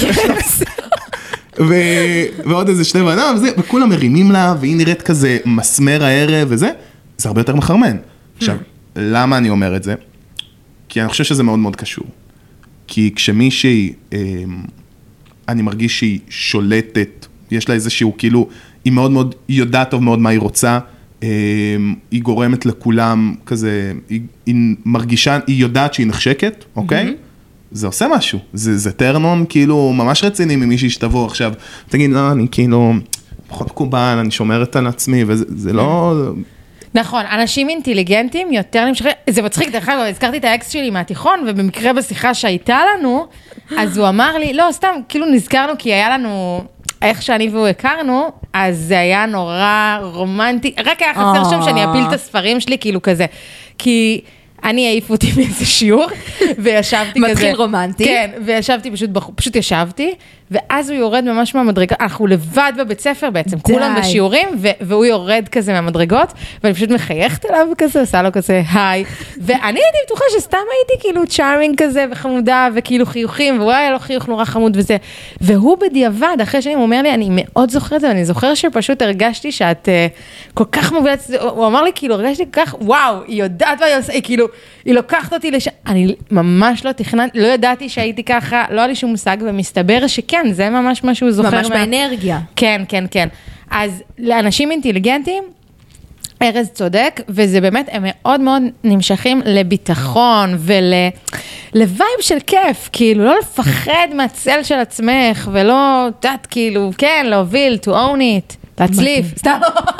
ועוד איזה 2 בנים, וכולם מרימים לה, והיא נראית כזה מסמר הערב וזה, זה הרבה יותר מחרמן. עכשיו, למה אני אומר את זה? כי אני חושב שזה מאוד מאוד קשור. כי כשמישהי, אני מרגיש שהיא שולטת, יש לה איזשהו כאילו, היא מאוד מאוד, היא יודעת טוב מאוד מה היא רוצה, היא גורמת לכולם כזה, היא מרגישה, היא יודעת שהיא נחשקת, אוקיי? זה עושה משהו, זה טרנון כאילו ממש רציני ממישהי שתבוא עכשיו, תגיד, לא, אני כאילו, פחות מקובל, אני שומרת על עצמי, וזה לא... נכון, אנשים אינטליגנטים יותר נמשכים, זה מצחיק, דרך אגב, הזכרתי את האקס שלי מהתיכון, ובמקרה בשיחה שהייתה לנו, אז הוא אמר לי, לא, סתם, כאילו נזכרנו, כי היה לנו, איך שאני והוא הכרנו, אז זה היה נורא רומנטי, רק היה חסר שם שאני אפיל את הספרים שלי, כאילו כזה, כי אני העיף אותי מאיזה שיעור, וישבתי כזה. מתחיל רומנטי. כן, וישבתי פשוט ישבתי, ואז הוא יורד ממש מהמדרגות, אנחנו לבד בבית ספר בעצם, כולם בשיעורים, והוא יורד כזה מהמדרגות, ואני פשוט מחייכת אליו כזה, עושה לו כזה, היי, ואני הייתי בטוחה שסתם הייתי כאילו צ'ארמינג כזה, וחמודה, וכאילו חיוכים, והוא היה לו חיוך נורא חמוד וזה, והוא בדיעבד, אחרי שנים, הוא אומר לי, אני מאוד זוכרת, ואני זוכר שפשוט הרגשתי שאת כל כך מובילת, הוא אמר לי, כאילו, הרגשתי כל כך, וואו, היא יודעת מה היא עושה, כאילו, היא לוקחת אותי לשם, אני ממש לא תכננתי, לא ידעתי שהייתי ככה, לא היה לי שום מושג, ומסתבר שכן, זה ממש מה שהוא זוכר. ממש באנרגיה. כן, כן, כן. אז לאנשים אינטליגנטים, ארז צודק, וזה באמת, הם מאוד מאוד נמשכים לביטחון, ולווייב של כיף, כאילו, לא לפחד מהצל של עצמך, ולא, תת, כאילו, כן, להוביל, to own it. להצליף, סתם.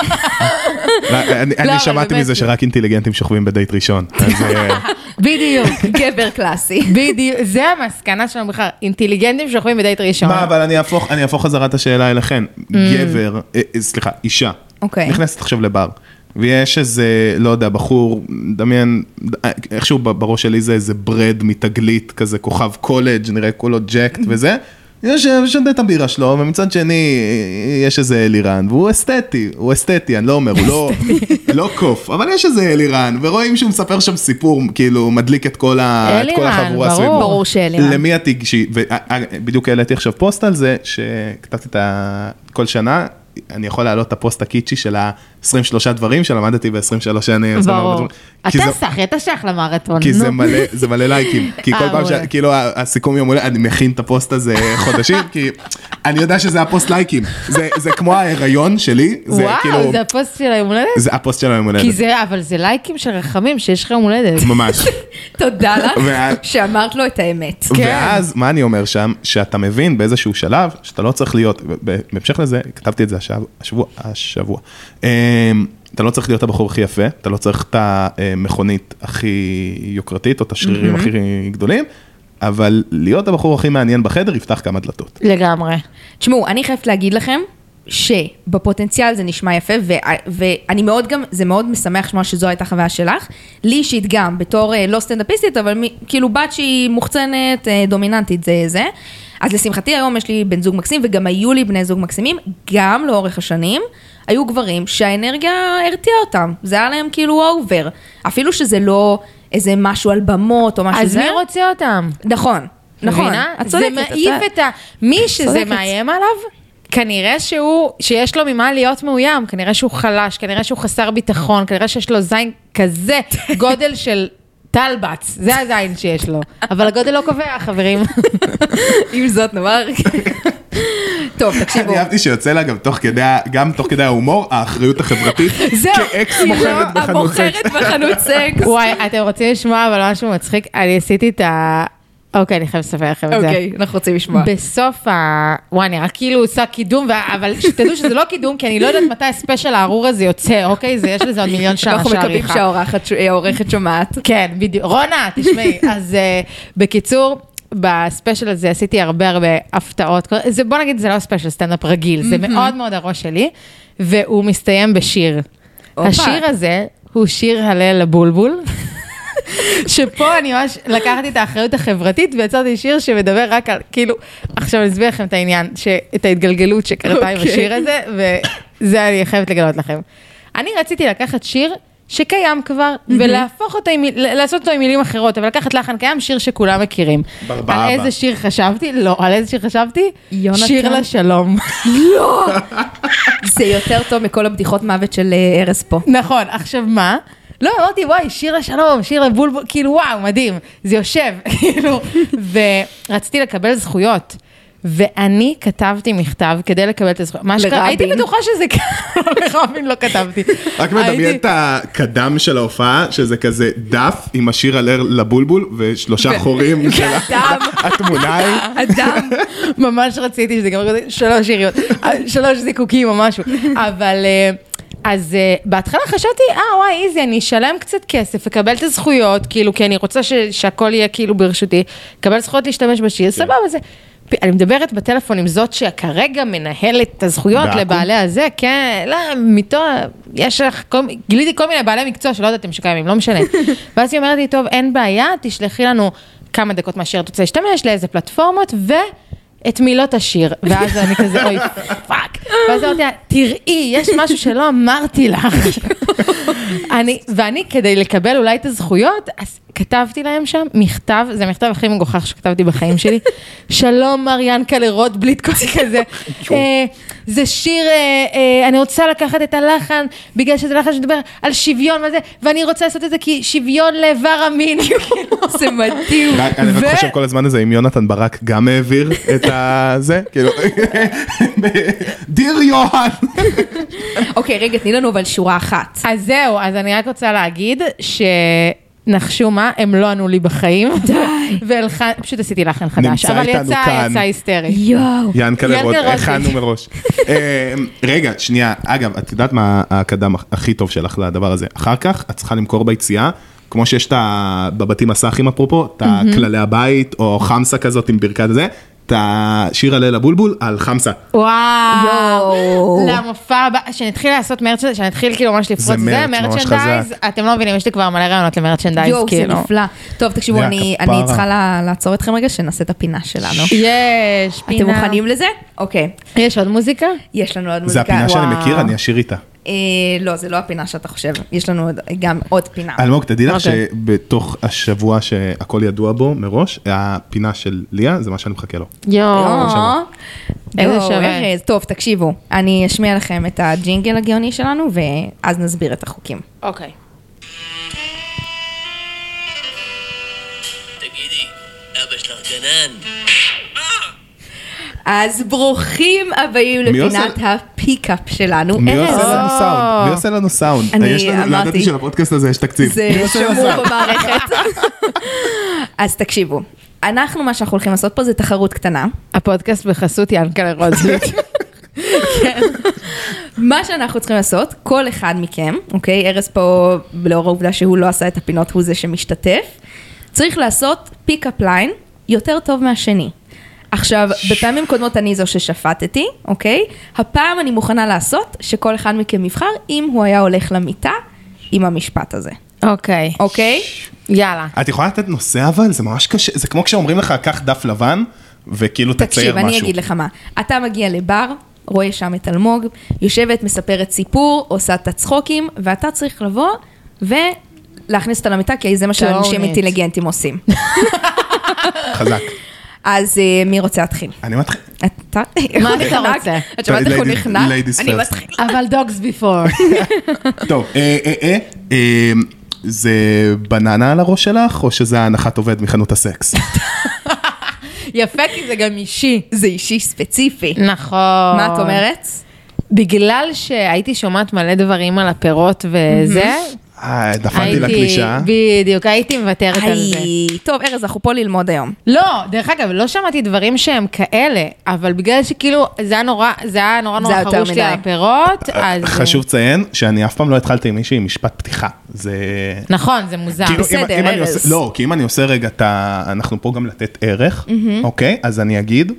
אני שמעתי מזה שרק אינטליגנטים שוכבים בדייט ראשון. בדיוק. גבר קלאסי. בדיוק, זה המסקנה שלנו בכלל, אינטליגנטים שוכבים בדייט ראשון. מה, אבל אני אהפוך חזרת השאלה אליכן. גבר, סליחה, אישה, נכנסת עכשיו לבר, ויש איזה, לא יודע, בחור, דמיין, איכשהו בראש שלי זה איזה ברד מתגלית, כזה כוכב קולג', נראה כולו ג'קט וזה, יש את הבירה שלו, ומצד שני יש איזה אלירן, והוא אסתטי, אני לא אומר, הוא לא קוף, אבל יש איזה אלירן, ורואים שהוא מספר שם סיפור, כאילו מדליק את כל החבורה סביבו. ברור שאלירן. למי את תגשי, ובדיוק העליתי עכשיו פוסט על זה, שכתבתי את כל שנה, אני יכול להעלות את הפוסט הקיצ'י של ה-23 דברים שלמדתי ב-23 שנים. ברור. אתה שייך למרתון. כי זה מלא לייקים. כי כל פעם כאילו הסיכום יום הולד, אני מכין את הפוסט הזה חודשים, כי אני יודע שזה הפוסט לייקים. זה כמו ההיריון שלי. וואו, זה הפוסט של היום הולדת? זה הפוסט של היום הולדת. אבל זה לייקים של רחמים שיש לך יום הולדת. ממש. תודה לך שאמרת לו את האמת. ואז, מה אני אומר שם? שאתה מבין באיזשהו שלב, שאתה לא צריך להיות, בהמשך לזה, כתבתי את זה השבוע. אתה לא צריך להיות הבחור הכי יפה, אתה לא צריך את המכונית הכי יוקרתית, או את השרירים הכי גדולים, אבל להיות הבחור הכי מעניין בחדר, יפתח כמה דלתות. לגמרי. תשמעו, אני חייבת להגיד לכם, שבפוטנציאל זה נשמע יפה, ואני מאוד גם, זה מאוד משמח לשמוע שזו הייתה חוויה שלך, לי אישית גם, בתור לא סטנדאפיסטית, אבל כאילו בת שהיא מוחצנת, דומיננטית, זה. אז לשמחתי היום יש לי בן זוג מקסים, וגם היו לי בני זוג מקסימים, גם לאורך השנים, היו גברים שהאנרגיה הרתיעה אותם, זה היה להם כאילו אובר, אפילו שזה לא איזה משהו על במות או משהו אז מי רוצה אותם? נכון, את צודקת. זה מעיף את מי שזה מאיים עליו, כנראה שיש לו ממה להיות מאוים, כנראה שהוא חלש, כנראה שהוא חסר ביטחון, כנראה שיש לו זין כזה גודל של טלבץ, זה הזין שיש לו. אבל הגודל לא קובע, חברים. עם זאת נאמר. טוב, תקשיבו. אני אהבתי שיוצא לה גם תוך כדי ההומור, האחריות החברתית, כאקס מוכרת בחנות סקס. המוכרת בחנות סקס. וואי, אתם רוצים לשמוע אבל משהו מצחיק? אני עשיתי את אוקיי, אני חייב לספר לכם את זה. אוקיי, אנחנו רוצים לשמוע. בסוף וואי, אני רק כאילו עושה קידום, אבל שתדעו שזה לא קידום, כי אני לא יודעת מתי הספיישל הארור הזה יוצא, אוקיי? יש לזה עוד מיליון שנה אנחנו מקווים שהעורכת שומעת. כן, בדיוק. רונה, תשמעי. אז בקיצור, בספיישל הזה עשיתי הרבה הפתעות. בוא נגיד, זה לא ספיישל סטנדאפ רגיל, זה מאוד מאוד הראש שלי, והוא מסתיים בשיר. השיר הזה הוא שיר הלל לבולבול. שפה אני ממש לקחתי את האחריות החברתית ויצרתי שיר שמדבר רק על, כאילו, עכשיו אני אסביר לכם את העניין, את ההתגלגלות שקרתה עם השיר הזה, וזה אני חייבת לגלות לכם. אני רציתי לקחת שיר שקיים כבר, ולהפוך אותו, לעשות אותו עם מילים אחרות, אבל לקחת לחן קיים שיר שכולם מכירים. על איזה שיר חשבתי? לא, על איזה שיר חשבתי? שיר לשלום. לא! זה יותר טוב מכל הבדיחות מוות של ארז פה. נכון, עכשיו מה? לא, אמרתי, וואי, שיר לשלום, שיר לבולבול, כאילו, וואו, מדהים, זה יושב, כאילו, ורציתי לקבל זכויות, ואני כתבתי מכתב כדי לקבל את הזכויות. לרבין. הייתי בטוחה שזה לרבין לא כתבתי. רק מדמיין את הקדם של ההופעה, שזה כזה דף עם השיר הלל לבולבול, ושלושה חורים של התמונה היא. אדם. ממש רציתי שזה גם 3 שיריות, 3 זיקוקים או משהו, אבל אז בהתחלה חשבתי, וואי, איזי, אני אשלם קצת כסף, אקבל את הזכויות, כאילו, כי אני רוצה שהכל יהיה כאילו ברשותי, אקבל זכויות להשתמש בשיר, סבבה, זה. אני מדברת בטלפון עם זאת שכרגע מנהלת את הזכויות לבעלי הזה, כן, לא, יש לך, גיליתי כל מיני בעלי מקצוע שלא יודעתם שקיימים, לא משנה. ואז היא אומרת לי, טוב, אין בעיה, תשלחי לנו כמה דקות מהשיר את רוצה להשתמש, לאיזה פלטפורמות, את מילות השיר, ואז אני כזה, אוי, פאק. ואז אמרתי, תראי, יש משהו שלא אמרתי לך. ואני, כדי לקבל אולי את הזכויות, אז כתבתי להם שם מכתב, זה המכתב הכי מגוחך שכתבתי בחיים שלי, שלום מריאנקה לרוטבליט, כזה, זה שיר, אני רוצה לקחת את הלחן, בגלל שזה לחן שדבר על שוויון וזה, ואני רוצה לעשות את זה כי שוויון לאיבר המין, זה מדהים. אני רק חושב כל הזמן הזה, אם יונתן ברק גם העביר את זה, כאילו, דיר יוהן. אוקיי, רגע, תני לנו אבל שורה אחת. אז זהו, אז אני רק רוצה להגיד נחשו מה, הם לא ענו לי בחיים. די. פשוט עשיתי לחן חדש, אבל יצא היסטרי. יואו. ינקלה רוט, הכנו מראש. רגע, שנייה, אגב, את יודעת מה הקדם הכי טוב שלך לדבר הזה? אחר כך, את צריכה למכור ביציאה, כמו שיש בבתים הסאחים אפרופו, את הכללי הבית, או חמסה כזאת עם ברכת הזה, את השיר הליל הבולבול על חמסה. וואו. למופע הבא, שנתחיל לעשות מרצ'נדייז, שנתחיל כאילו ממש לפרוץ זה, מרצ'נדייז, אתם לא מבינים, יש לי כבר מלא רעיונות למרצ'נדייז. יואו, זה נפלא. טוב, תקשיבו, אני צריכה לעצור אתכם רגע, שנעשה את הפינה שלנו. יש, פינה. אתם מוכנים לזה? אוקיי. יש עוד מוזיקה? יש לנו עוד מוזיקה. זה הפינה שאני מכיר, אני אשיר איתה. לא, זה לא הפינה שאתה חושב, יש לנו גם עוד פינה. אלמוג, תדעי לך שבתוך השבוע שהכל ידוע בו מראש, הפינה של ליה, זה מה שאני מחכה לו. איזה שווה. טוב, תקשיבו, אני אשמיע לכם את הג'ינגל הגאוני שלנו, ואז נסביר את החוקים. אוקיי. תגידי, אבא שלך גנן. אז ברוכים הבאים לפינת הפיקאפ שלנו. מי עושה לנו סאונד? לא ידעתי שלפודקאסט הזה יש תקציב. זה שמור במערכת. אז תקשיבו, מה שאנחנו הולכים לעשות פה זה תחרות קטנה. הפודקאסט בחסות ינקלה רוטבליט. כן. מה שאנחנו צריכים לעשות, כל אחד מכם, אוקיי, ארז פה, לאור העובדה שהוא לא עשה את הפינות, הוא זה שמשתתף, צריך לעשות פיקאפ ליין יותר טוב מהשני. עכשיו, בפעמים קודמות אני זו ששפטתי, אוקיי? הפעם אני מוכנה לעשות שכל אחד מכם יבחר אם הוא היה הולך למיטה עם המשפט הזה. אוקיי. אוקיי? יאללה. את יכולה לתת נושא אבל? זה ממש קשה. זה כמו כשאומרים לך, קח דף לבן, וכאילו תצייר משהו. תקשיב, אני אגיד לך מה. אתה מגיע לבר, רואה שם את אלמוג, יושבת, מספרת סיפור, עושה את הצחוקים, ואתה צריך לבוא ולהכניס אותה למיטה, כי זה מה שאנשים אינטליגנטים עושים. חזק. אז מי רוצה להתחיל? אני מתחיל. מה אתה רוצה? את שמעת איך הוא נכנע? אני מתחיל. אבל dogs before. טוב, זה בננה על הראש שלך, או שזה ההנחת עובד מחנות הסקס? יפה, כי זה גם אישי. זה אישי ספציפי. נכון. מה את אומרת? בגלל שהייתי שומעת מלא דברים על הפירות וזה, דפנתי לקלישה. בדיוק, הייתי מוותרת על זה. טוב, ארז, אנחנו פה ללמוד היום. לא, דרך אגב, לא שמעתי דברים שהם כאלה, אבל בגלל שכאילו, זה היה נורא חרוש לי על הפירות, אז... חשוב ציין שאני אף פעם לא התחלתי עם מישהי עם משפט פתיחה. נכון, זה מוזר. בסדר, ארז. לא, כי אם אני עושה רגע, אנחנו פה גם לתת ערך, אוקיי? אז אני אגיד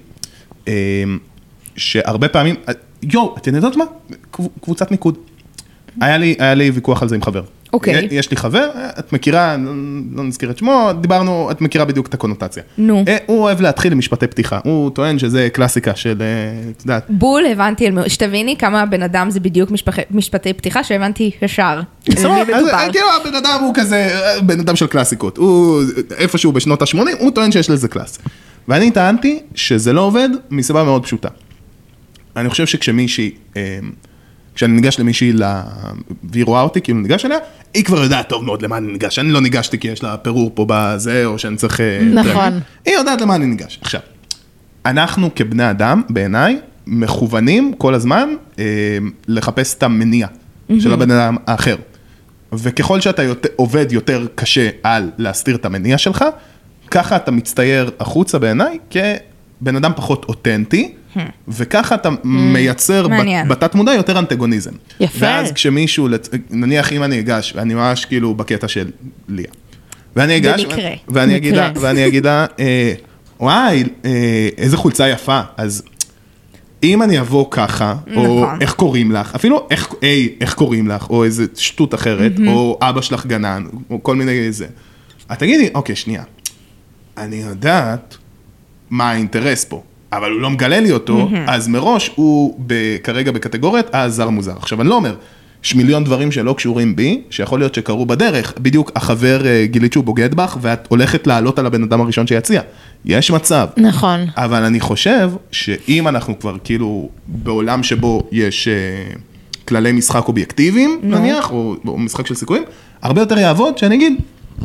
שהרבה פעמים, אתן יודעות מה? קבוצת ניקוד. היה לי ויכוח על זה עם חבר. אוקיי. יש לי חבר, את מכירה, לא נזכיר את שמו, דיברנו, את מכירה בדיוק את הקונוטציה. נו. הוא אוהב להתחיל עם משפטי פתיחה, הוא טוען שזה קלאסיקה של, את יודעת. בול, הבנתי, שתביני כמה בן אדם זה בדיוק משפטי פתיחה, שהבנתי ישר. כאילו, הבן אדם הוא כזה, בן אדם של קלאסיקות, הוא איפשהו בשנות ה-80, הוא טוען שיש לזה קלאס. ואני טענתי שזה לא עובד מסיבה מאוד פשוטה. אני חושב כשאני ניגש למישהי, והיא רואה אותי, כאילו ניגש אליה, היא כבר יודעת טוב מאוד למה אני ניגש. אני לא ניגשתי כי יש לה פירור פה בזה, או שאני צריך... נכון. היא יודעת למה אני ניגש. עכשיו, אנחנו כבני אדם, בעיניי, מכוונים כל הזמן לחפש את המניע של הבן אדם האחר. וככל שאתה עובד יותר קשה על להסתיר את המניע שלך, ככה אתה מצטייר החוצה בעיניי, כבן אדם פחות אותנטי, וככה אתה מייצר מעניין. בתת מודע יותר אנטגוניזם. יפה. ואז כשמישהו, נניח אם אני אגש, ואני ממש כאילו בקטע של ליה. ואני אגש, במקרה. ואני אגידה, וואי, איזה חולצה יפה. אז אם אני אבוא ככה, או נכון. איך קוראים לך, אפילו איך קוראים לך, או איזה שטות אחרת, או אבא שלך גנן, או כל מיני זה. את תגידי, אוקיי, שנייה. אני יודעת מה האינטרס פה, אבל הוא לא מגלה לי אותו, אז מראש הוא כרגע בקטגוריית הזר מוזר. עכשיו, אני לא אומר, יש מיליון דברים שלא קשורים בי, שיכול להיות שקרו בדרך. בדיוק החבר גילית שהוא בוגד בך, ואת הולכת לעלות על הבן אדם הראשון שיציע. יש מצב. נכון. אבל אני חושב שאם אנחנו כבר כאילו בעולם שבו יש כללי משחק אובייקטיביים, נניח, או משחק של סיכויים, הרבה יותר יעבוד שאני אגיד,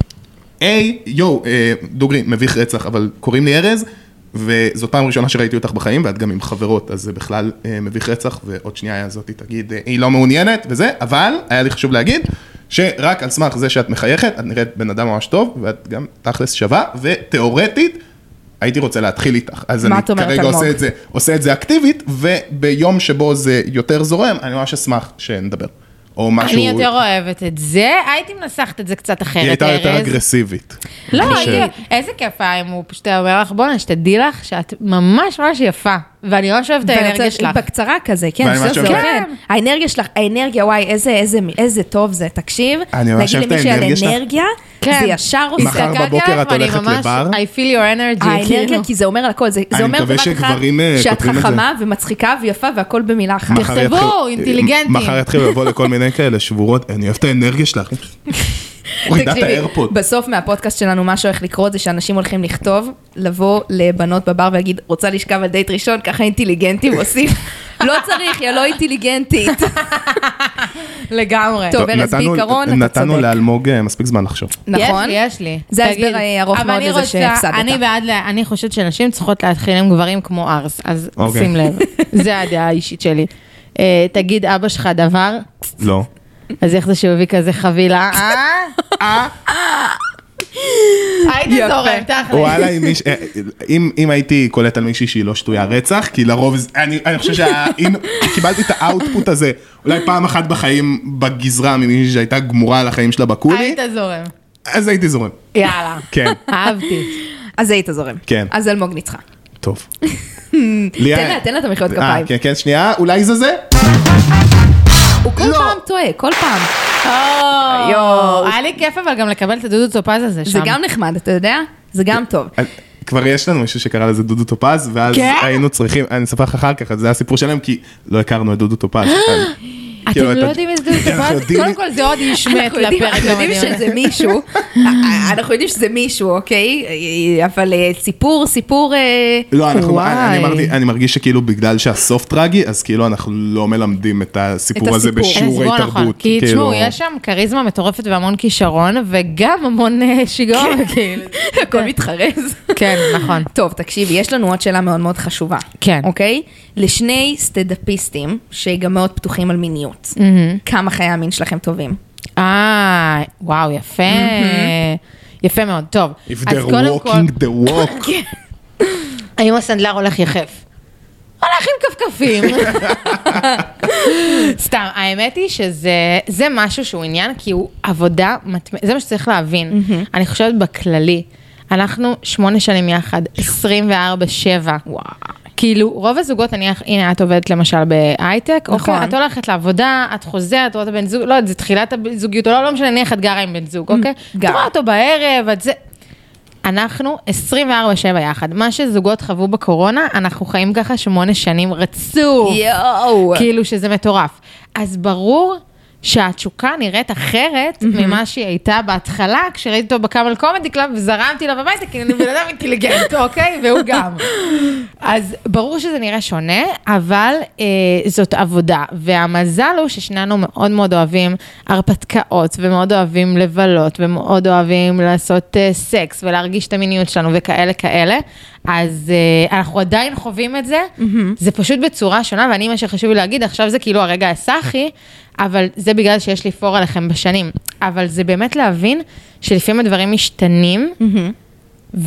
דוגרי, מביך רצח, אבל קוראים לי ארז, וזאת פעם ראשונה שראיתי אותך בחיים, ואת גם עם חברות, אז זה בכלל מביך רצח, ועוד שנייה הזאת תגיד, היא לא מעוניינת, וזה, אבל היה לי חשוב להגיד, שרק על סמך זה שאת מחייכת, את נראית בן אדם ממש טוב, ואת גם תכלס שווה, ותיאורטית, הייתי רוצה להתחיל איתך, אז אני כרגע עושה את זה אקטיבית, וביום שבו זה יותר זורם, אני ממש אשמח שנדבר. או משהו... אני יותר אוהבת את זה, הייתי מנסחת את זה קצת אחרת, היא הייתה יותר אגרסיבית. לא, איזה כיף אם הוא פשוט אומר לך, בוא'נה, שתדעי לך שאת ממש ממש יפה, ואני ממש אוהבת את האנרגיה שלך. בקצרה כזה, כן, זה עובד. האנרגיה שלך, האנרגיה, וואי, איזה טוב זה, תקשיב. אני ממש אוהבת את האנרגיה שלך. להגיד למישהי על אנרגיה, זה ישר עושה. מחר בבוקר את הולכת לבר. I feel your energy. האנרגיה, כי זה אומר על הכל, זה אומר בבת אחת שאת חכמה ומצחיקה ויפה והכל במילה אחת. תכתבו, אינטליגנטים. מחר יתחילו לבוא לכל מיני כאלה שבורות, אני אוהב את האנרגיה שלך. תקשיבי, בסוף מהפודקאסט שלנו מה שהולך לקרות זה שאנשים הולכים לכתוב, לבוא לבנות בבר ולהגיד, רוצה לשכב על דייט ראשון, ככה אינטליגנטי, ועושים, לא צריך, היא לא אינטליגנטית. לגמרי. טוב, ארז, בעיקרון, אתה צודק. נתנו לאלמוג מספיק זמן לחשוב. נכון? יש לי. זה ההסבר ארוך מאוד לזה שהפסדת. אני חושבת שנשים צריכות להתחיל עם גברים כמו ארס, אז שים לב. זה הדעה האישית שלי. תגיד אבא שלך דבר? לא. אז איך זה שהוא הביא כזה חבילה? הייתי זורם, תכל'ס. וואלה, אם הייתי קולט על מישהי שהיא לא שטויה רצח, כי לרוב, אני חושב שקיבלתי את האוטפוט הזה, אולי פעם אחת בחיים בגזרה ממישהי שהייתה גמורה על החיים שלה בקולי. היית זורם. אז הייתי זורם. יאללה. כן. אהבתי. אז היית זורם. כן. אז אלמוג ניצחה. טוב. תן לה את המחיאות כפיים. כן, כן, שנייה, אולי זה? הוא כל פעם טועה, כל פעם. היה לי כיף אבל גם לקבל את הדודו טופז הזה שם. זה גם נחמד, אתה יודע? זה גם טוב. כבר יש לנו מישהו שקרא לזה דודו טופז, ואז היינו צריכים, אני אספר לך אחר כך, זה הסיפור שלהם, כי לא הכרנו את דודו טופז. אתם לא יודעים איזה דודו טופז? קודם כל זה עוד ישמת לפרק. אנחנו יודעים שזה מישהו, אנחנו יודעים שזה מישהו, אוקיי? אבל סיפור... לא, אני מרגיש שכאילו בגלל שהסוף טרגי, אז כאילו אנחנו לא מלמדים את הסיפור הזה בשיעורי תרבות. כי תשמעו, יש שם קריזמה מטורפת והמון כישרון, וגם המון שיגעון. הכל מתחרז. כן, נכון. טוב, תקשיבי, יש לנו עוד שאלה מאוד מאוד חשובה. כן. אוקיי? לשני סטנדאפיסטים, שגם מאוד פתוחים על מיניות. כמה חיי המין שלכם טובים? וואו, יפה. יפה מאוד, טוב. If they're walking the walk. האם הסנדלר הולך יחף? הולך עם כפכפים. סתם, האמת היא שזה משהו שהוא עניין, כי הוא עבודה, זה מה שצריך להבין. אני חושבת בכללי, אנחנו 8 שנים יחד, 24/7. וואו. כאילו, רוב הזוגות, הנה, את עובדת למשל בהייטק, אוקיי, את הולכת לעבודה, את חוזרת, את רואה את הבן זוג, לא, זה תחילת הזוגיות, או לא משנה, נניח את גרה עם בן זוג, אוקיי? את רואה אותו בערב, את זה... אנחנו 24/7 יחד. מה שזוגות חוו בקורונה, אנחנו חיים ככה 8 שנים רצוף. יואו. כאילו שזה מטורף. אז ברור שהתשוקה נראית אחרת ממה שהיא הייתה בהתחלה, כשראיתי אותו בקאמל קומדי קלאב, וזרמתי לה בביתה, כי אני בן אדם אינטליגנט, אוקיי? והוא גם. אז ברור שזה נראה שונה, אבל זאת עבודה. והמזל הוא ששנינו מאוד מאוד אוהבים הרפתקאות, ומאוד אוהבים לבלות, ומאוד אוהבים לעשות סקס, ולהרגיש את המיניות שלנו, וכאלה. אז אנחנו עדיין חווים את זה, זה פשוט בצורה שונה, ואני מה שחשוב לי להגיד, עכשיו זה כאילו הרגע הסחי, אבל זה בגלל שיש לי פור עליכם בשנים. אבל זה באמת להבין שלפעמים הדברים משתנים,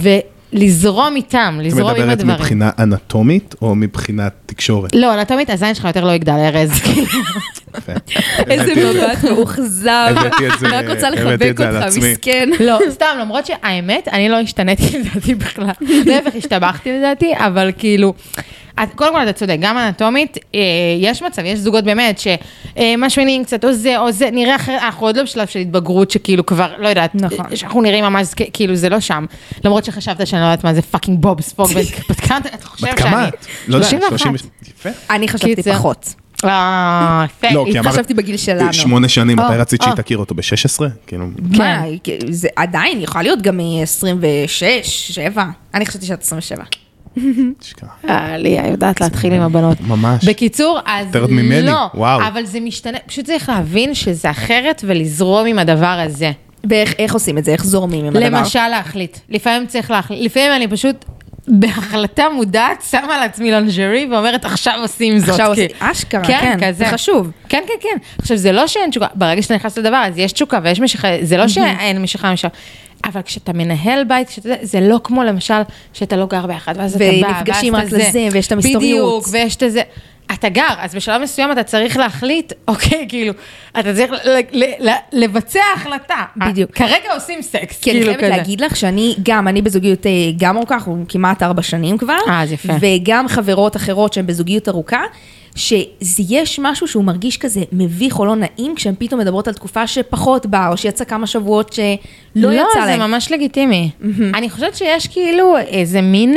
לזרום איתם, את לזרום עם מדברת הדברים. מבחינה אנטומית או מבחינת תקשורת? לא, אנטומית, הזין שלך יותר לא יגדל ארז. יפה. איזה מבט מאוכזב. הבאתי את זה- רק רוצה הבאתי לחבק את זה על אותך, עצמי. מסכן. לא, סתם, למרות שהאמת, אני לא השתניתי לדעתי בכלל. להפך, השתבחתי לדעתי, אבל כאילו, קודם כל אתה צודק, גם אנטומית, יש מצב, יש זוגות באמת, שמשמינים קצת, או זה, נראה אחרת, אנחנו עוד לא בשלב של התבגרות, שכאילו כבר, לא יודעת, נכון. שאנחנו נראים ממש, כאילו זה לא שם, למרות שחשבת שאני לא יודעת מה זה פאקינג בוב ספוג, בת כמה אתה חושב בת כמה? שאני? לא יודע, 31. 30... יפה. אני חשבתי קיצר. פחות. יפה. לא, כי אמרת... חשבתי בגיל שלנו. 8 שנים, מתי רצית שהיא או. תכיר אותו? ב-16? כאילו... מה, זה עדיין יכולה להיות גם מ-26, 7. אני חשבתי שאת 27. תשכח. ליה יודעת להתחיל עם הבנות. ממש. בקיצור, אז יותר ממני, לא, וואו. אבל זה משתנה, פשוט צריך להבין שזה אחרת ולזרום עם הדבר הזה. ואיך עושים את זה? איך זורמים עם הדבר? למשל להחליט. לפעמים צריך להחליט. לפעמים אני פשוט בהחלטה מודעת שמה על עצמי לנג'רי ואומרת עכשיו עושים זאת. עכשיו כי- עושים, אשכרה, כן, כזה. זה חשוב. כן, כן, כן. עכשיו זה לא שאין תשוקה, ברגע שאתה נכנס לדבר אז יש תשוקה ויש משיכה, זה לא שאין משיכה משם. אבל כשאתה מנהל בית, זה לא כמו למשל שאתה לא גר ביחד, ואז אתה בא, ונפגשים ואז רק אתה זה. לזה, ויש את המסתוריות. בדיוק, ויש את זה. אתה גר, אז בשלב מסוים אתה צריך להחליט, אוקיי, כאילו, אתה צריך לבצע החלטה. בדיוק. כרגע עושים סקס, כי אני כאילו חייבת כזה. להגיד לך שאני בזוגיות גם ארוכה, אנחנו כמעט 4 שנים כבר. אז יפה. וגם חברות אחרות שהן בזוגיות ארוכה, שיש משהו שהוא מרגיש כזה מביך או לא נעים, כשהן פתאום מדברות על תקופה שפחות באה, או שיצא כמה שבועות שלא יצא לא, זה להם. ממש לגיטימי. אני חושבת שיש כאילו איזה מין...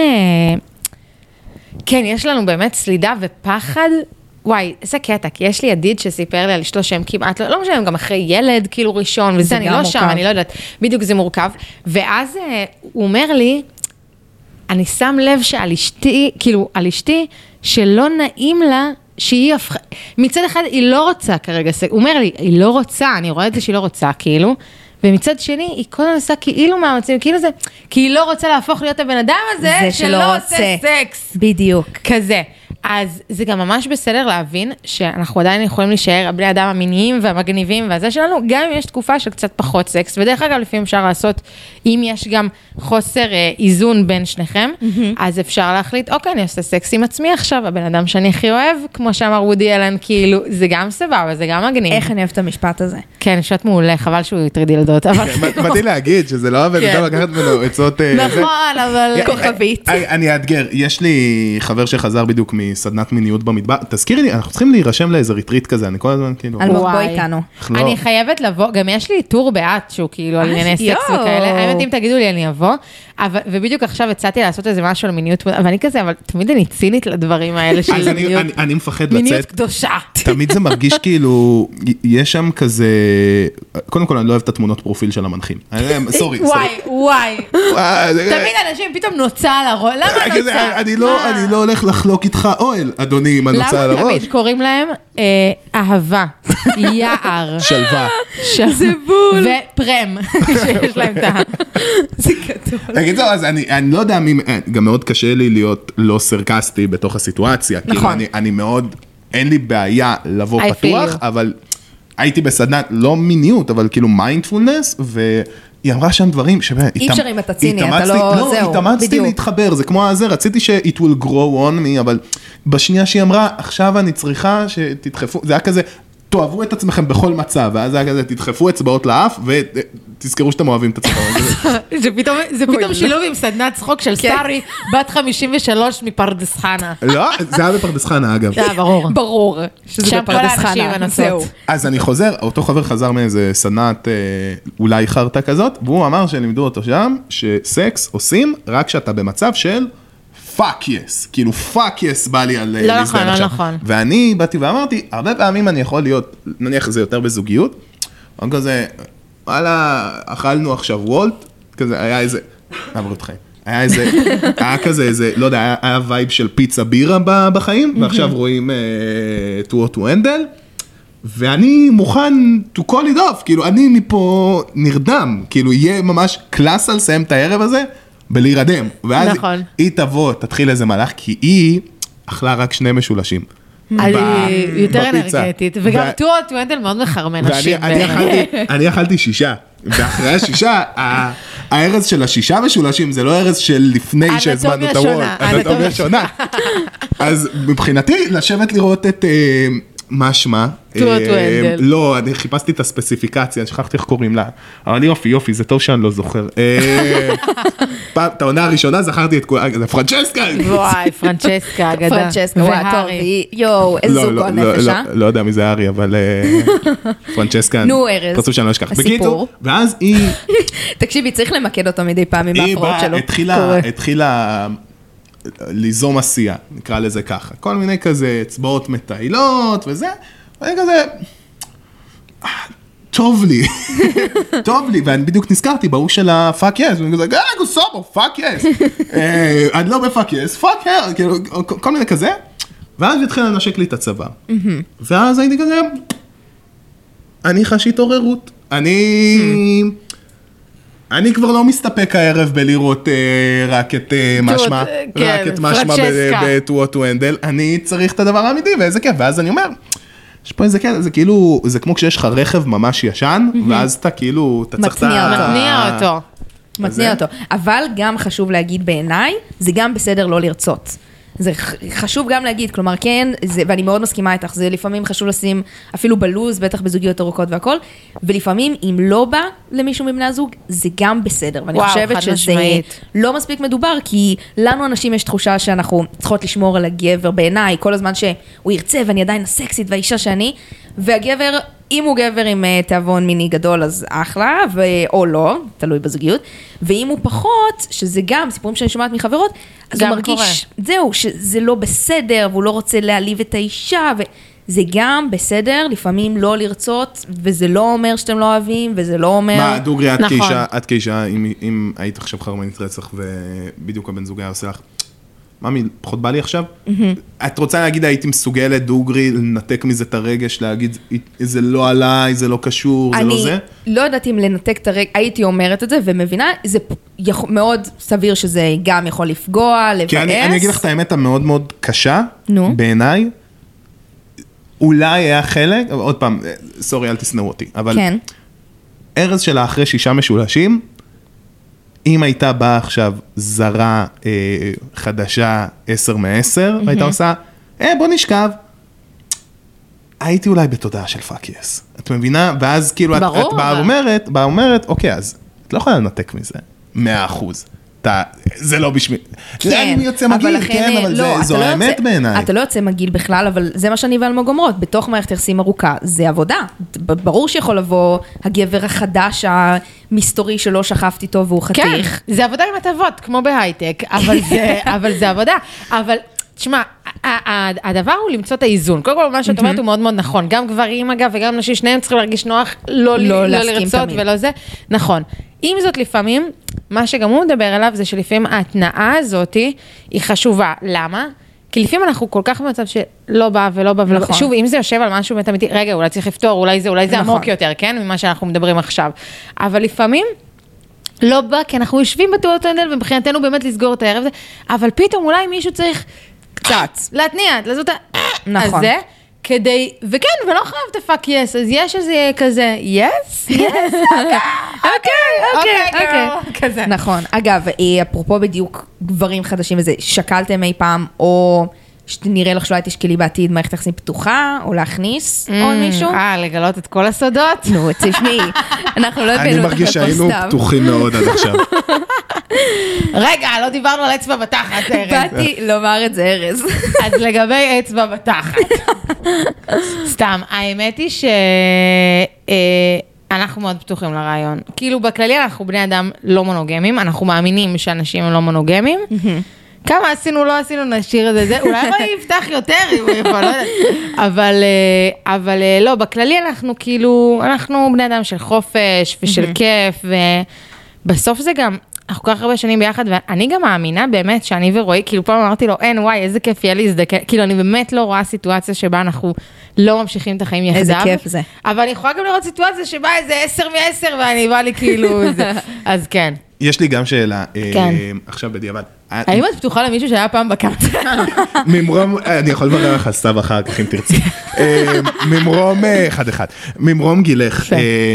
כן, יש לנו באמת סלידה ופחד. וואי, איזה קטע, כי יש לי ידיד שסיפר לי על אשתו שהם כמעט, לא משנה, הם גם אחרי ילד, כאילו ראשון, וזה, אני גם לא שם, מורכב. אני לא יודעת, בדיוק זה מורכב. ואז הוא אומר לי, אני שם לב שעל אשתי, כאילו, על אשתי, שלא נעים לה שהיא מצד אחד היא לא רוצה כרגע, הוא אומר לי, היא לא רוצה, אני רואה את זה שהיא לא רוצה, כאילו, ומצד שני, היא כל הזמן עושה כאילו מאמצים, כאילו זה, כי היא לא רוצה להפוך להיות הבן אדם הזה, זה שלא עושה סקס. בדיוק. כזה. אז זה גם ממש בסדר להבין שאנחנו עדיין יכולים להישאר הבני אדם המיניים והמגניבים והזה שלנו, גם אם יש תקופה של קצת פחות סקס, ודרך אגב לפעמים אפשר לעשות, אם יש גם חוסר איזון בין שניכם, אז אפשר להחליט, אוקיי, אני עושה סקס עם עצמי עכשיו, הבן אדם שאני הכי אוהב, כמו שאמר וודי אלן, כאילו, זה גם סבבה, זה גם מגניב. איך אני אוהבת את המשפט הזה? כן, משפט מעולה, חבל שהוא יטריד ילדות, אבל... באתי להגיד שזה לא הבן אדם לקחת ממנו עצות... נכון, אבל... כוכבית. אני אאתגר, יש לי חבר שחזר בדיוק מסדנת מיניות במדבר, תזכירי לי, אנחנו צריכים להירשם לאיזה ריטריט כזה, אני כל הזמן כאילו... אלמוג, וואי. בוא איתנו. לא. אני חייבת לבוא, גם יש לי טור באט שהוא כאילו על ענייני סקס יואו. וכאלה, האמת אם תגידו לי אני אבוא, ובדיוק עכשיו הצעתי לעשות איזה משהו על מיניות, אבל אני כזה, אבל תמיד אני צינית לדברים האלה אז של אני מפחד מיניות לצאת, קדושה. תמיד זה מרגיש כאילו, יש שם כזה, קודם כל אני לא אוהב את התמונות פרופיל של המנחים, סורי. וואי, תמיד אנשים פתאום נוצה על הראש, למה נוצה? אני לא הולך לחלוק איתך אוהל, אדוני, עם הנוצה על למה הראש. תמיד קוראים להם אהבה, יער, שלווה. זבול, ופרם, שיש להם את ה... זה גדול. תגיד זהו, אז אני לא יודע, גם מאוד קשה לי להיות לא סרקסטי בתוך הסיטואציה, כאילו נכון. אני מאוד, אין לי בעיה לבוא I feel פתוח, you. אבל הייתי בסדנת, לא מיניות, אבל כאילו מיינדפולנס, והיא אמרה שם דברים אי אפשר אם אתה ציני, אתה לא- זהו, התאמצתי בדיוק. להתחבר, זה כמו הזה, רציתי ש-it will grow on me, אבל בשנייה שהיא אמרה, עכשיו אני צריכה שתדחפו, זה היה כזה, תאהבו את עצמכם בכל מצב, ואז זה היה כזה, תדחפו אצבעות לאף, ותזכרו שאתם אוהבים את עצמכם. זה פתאום שילוב עם סדנת צחוק של שרי, בת 53 מפרדס חנה. לא, זה היה בפרדס חנה, אגב. ברור. ברור. שזה שם בפרדס כל האנשים חנה. הנוסעות. זהו. אז אני חוזר, אותו חבר חזר מאיזה סדנת אולי חרטה כזאת, והוא אמר שלימדו אותו שם, שסקס עושים רק כשאתה במצב של פאק יס, כאילו פאק יס בא לי על לא להזדהן נכון, לא עכשיו. נכון. ואני באתי ואמרתי, הרבה פעמים אני יכול להיות, נניח זה יותר בזוגיות, או כזה, וואלה, אכלנו עכשיו וולט, כזה, היה איזה, נעברו אתכם. היה כזה איזה, לא יודע, היה וייב של פיצה בירה בחיים, ועכשיו רואים to handle, ואני מוכן to call it off, כאילו אני מפה נרדם, כאילו יהיה ממש קלאס על לסיים את הערב הזה, בלהירדם, ואז נכון. היא תבוא, תתחיל איזה מלאך, כי היא אכלה רק 2 משולשים, אז היא יותר בפיצה. אנרגטית, וגם טועות וונדל מאוד מחרמן נשים. אני אכלתי 6, ואחרי 6, הארז של 6 משולשים, זה לא ארז של לפני שהזמנו את הוול, אנטומיה שונה. אז מבחינתי, לשבת לראות את משמע. טועות וונדל. לא, אני חיפשתי את הספציפיקציה, אני שכחתי איך קוראים לה. אבל יופי, זה טוב שאני לא זוכר. פעם, את העונה הראשונה זכרתי את כולה, זה פרנצ'סקה. וואי, פרנצ'סקה, אגדה. פרנצ'סקה, וואי, טוב, יואו, איזה זוג הנפש, אה? לא יודע מי זה ארי, אבל פרנצ'סקה, נו, ארז. פרצוף שאני לא אשכח. הסיפור. בקיצור, ואז היא תקשיבי, צריך למקד אותו מדי פעם עם היא ההפרעות שלו. התחילה ליזום עשייה, נקרא לזה ככה. כל מיני כזה אצבעות מטיילות וזה, ואני כזה, טוב לי, ואני בדיוק נזכרתי בהוא של הפאק יס, ואני כזה, גוסובו, פאק יס. אני לא בפאק יס, פאק הר, כל מיני כזה, ואז התחיל לנשק לי את הצבא. ואז הייתי כזה, אני חש התעוררות. אני כבר לא מסתפק הערב בלראות רק את משמע, רק את משמע בטועות וונדל, אני צריך את הדבר האמיתי, ואיזה כיף, ואז אני אומר, יש פה איזה כיף, זה כאילו, זה כמו כשיש לך רכב ממש ישן, ואז אתה כאילו, אתה צריך מתניע אותו. אבל גם חשוב להגיד בעיניי, זה גם בסדר לא לרצות. זה חשוב גם להגיד, כלומר כן, ואני מאוד מסכימה איתך, זה לפעמים חשוב לשים אפילו בלוז, בטח בזוגיות ארוכות והכל, ולפעמים אם לא בא למישהו מבני הזוג, זה גם בסדר, ואני חושבת שזה לא מספיק מדובר, כי לנו אנשים יש תחושה שאנחנו צריכות לשמור על הגבר בעיניי, כל הזמן שהוא ירצה ואני עדיין הסקסית והאישה שאני, והגבר, אם הוא גבר עם תיאבון מיני גדול, אז אחלה, או לא, תלוי בזוגיות, ואם הוא פחות, שזה גם סיפורים שאני שומעת מחברות, אז הוא מרגיש, זהו, שזה לא בסדר, והוא לא רוצה להעליב את האישה, וזה גם בסדר, לפעמים לא לרצות, וזה לא אומר שאתם לא אוהבים, וזה לא אומר... מה, דוגרי, את כאישה, אם היית עכשיו חרמנית רצח, ובדיוק הבן זוג היה עושה לך, ממי, פחות בא לי עכשיו? את רוצה להגיד, הייתי מסוגלת, דוגרי, לנתק מזה את הרגש, להגיד, זה לא עליי, זה לא קשור, זה לא זה? אני לא יודעת אם לנתק את הרגש, הייתי אומרת את זה, ומבינה, זה מאוד סביר שזה גם יכול לפגוע, לבאס. כי אני אגיד לך את האמת המאוד מאוד קשה, בעיניי, אולי היה חלק, עוד פעם, סורי, אל תסנאו אותי, אבל ארז שלה אחרי 6 משולשים, אם הייתה באה עכשיו זרה חדשה 10 מ-10, והייתה עושה, בוא נשכב, הייתי אולי בתודעה של פאק יס. את מבינה? ואז כאילו את באה אומרת, אוקיי, אז את לא יכולה לנתק מזה, 100%. זה לא בשביל... כן, אני יוצא מגיל, כן, אבל זו האמת בעיניי. אתה לא יוצא מגיל בכלל, אבל זה מה שאני ואלמוג אומרות, בתוך מערכת יחסים ארוכה, זה עבודה. ברור שיכול לבוא הגבר החדש, המסתורי שלא שכבת איתו והוא חתיך. כן, זה עבודה עם הטבות, כמו בהייטק, אבל זה עבודה. אבל, תשמע, הדבר הוא למצוא את האיזון. קודם כל, מה שאת אומרת הוא מאוד מאוד נכון. גם גברים, אגב, וגם נשים, שניהם צריכים להרגיש נוח, לא לרצות ולא זה. נכון. עם זאת, לפעמים, מה שגם הוא מדבר עליו, זה שלפעמים ההתנאה הזאת היא חשובה. למה? כי לפעמים אנחנו כל כך במצב שלא בא ולא בא ולא... שוב, אם זה יושב על משהו אמיתי, רגע, אולי צריך לפתור, אולי זה עמוק יותר, כן? ממה שאנחנו מדברים עכשיו. אבל לפעמים לא בא, כי אנחנו יושבים בטועות וונדל, ומבחינתנו באמת לסגור את הערב הזה, אבל פתאום אולי מישהו צריך קצת להתניע, לעשות הזה, כדי, וכן, ולא חייב את הפאק יס, אז יש איזה כזה, יס? יס? אוקיי. נכון. אגב, אפרופו בדיוק גברים חדשים וזה, שקלתם אי פעם, או שנראה לך שאולי תשקלי בעתיד מערכת יחסים פתוחה, או להכניס עוד מישהו? לגלות את כל הסודות? נו, תשמעי, אנחנו לא הבאנו אני מרגיש שהיינו פתוחים מאוד עד עכשיו. רגע, לא דיברנו על אצבע בתחת, ארז. באתי לומר את זה, ארז. אז לגבי אצבע בתחת. סתם, האמת היא שאנחנו מאוד פתוחים לרעיון. כאילו, בכללי אנחנו בני אדם לא מונוגמים, אנחנו מאמינים שאנשים הם לא מונוגמים. כמה עשינו, לא עשינו, נשאיר את זה, אולי מה יפתח יותר, אם הוא יכול, לא יודעת. אבל לא, בכללי אנחנו כאילו, אנחנו בני אדם של חופש ושל כיף, ובסוף זה גם, אנחנו כל כך הרבה שנים ביחד, ואני גם מאמינה באמת שאני ורועי, כאילו פעם אמרתי לו, אין, וואי, איזה כיף יהיה לי, כאילו אני באמת לא רואה סיטואציה שבה אנחנו לא ממשיכים את החיים יחדיו. איזה כיף זה. אבל אני יכולה גם לראות סיטואציה שבה איזה 10 מ-10, ואני בא לי כאילו, אז כן. יש לי גם שאלה, עכשיו בדיעבד, האם את פתוחה למישהו שהיה פעם בקאנטרי? ממרום, אני יכול לברר לך סתיו אחר כך אם תרצי. ממרום, אחד. ממרום גילך,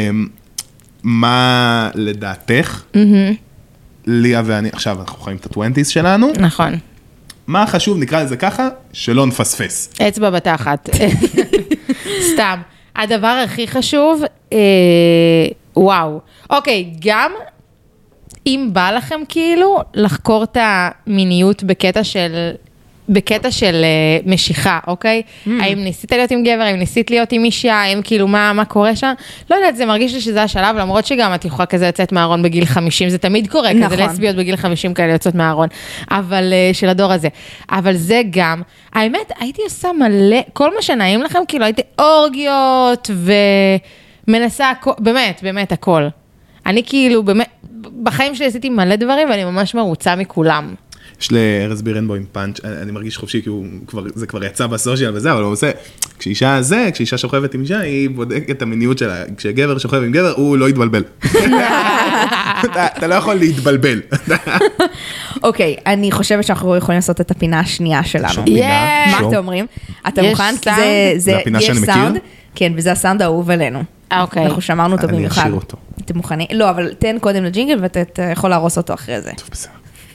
מה לדעתך, ליה ואני, עכשיו אנחנו חיים את ה-20s שלנו, נכון. מה חשוב, נקרא לזה ככה, שלא נפספס. אצבע בתחת. סתם. הדבר הכי חשוב, וואו. אוקיי, גם אם בא לכם כאילו לחקור את המיניות בקטע של משיכה, אוקיי? האם ניסית להיות עם גבר, האם ניסית להיות עם אישה, האם כאילו מה קורה שם? לא יודעת, זה מרגיש לי שזה השלב, למרות שגם את יכולה כזה לצאת מהארון בגיל 50, זה תמיד קורה, כזה לסביות בגיל 50 כאלה יוצאות מהארון, אבל של הדור הזה. אבל זה גם, האמת, הייתי עושה מלא, כל מה שנעים לכם, כאילו הייתי אורגיות ומנסה, באמת הכל. אני כאילו, באמת, בחיים שלי עשיתי מלא דברים, ואני ממש מרוצה מכולם. יש לארז בירנבו עם פאנץ', אני מרגיש חופשי, כי זה כבר יצא בסושיאל וזה, אבל הוא עושה, כשאישה שוכבת עם אישה, היא בודקת את המיניות שלה, כשגבר שוכב עם גבר, הוא לא יתבלבל. אתה לא יכול להתבלבל. אוקיי, אני חושבת שאנחנו יכולים לעשות את הפינה השנייה שלנו. מה אתם אומרים? אתה מוכן? זה הפינה שאני מכיר? כן, וזה הסאונד האהוב עלינו. אוקיי. אנחנו שמרנו אותו במיוחד. אני אשאיר אותו. אתם מוכנים? לא, אבל תן קודם לג'ינגל ואתה יכול להרוס אותו אחרי זה. טוב, בסדר.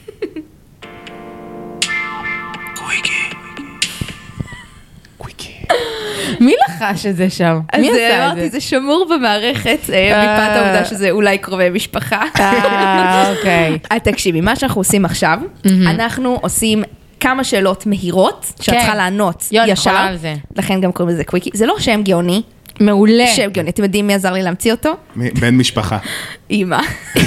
מי לחש את זה שם? מי עשה את זה? זה שמור במערכת, מפאת העובדה שזה אולי קרובי משפחה. אוקיי. תקשיבי, מה שאנחנו עושים עכשיו, אנחנו עושים כמה שאלות מהירות, שאת צריכה לענות ישר. לכן גם קוראים לזה קוויקי. זה לא שם גאוני. מעולה. שם גאוני. אתם יודעים מי עזר לי להמציא אותו? בן משפחה. אמא.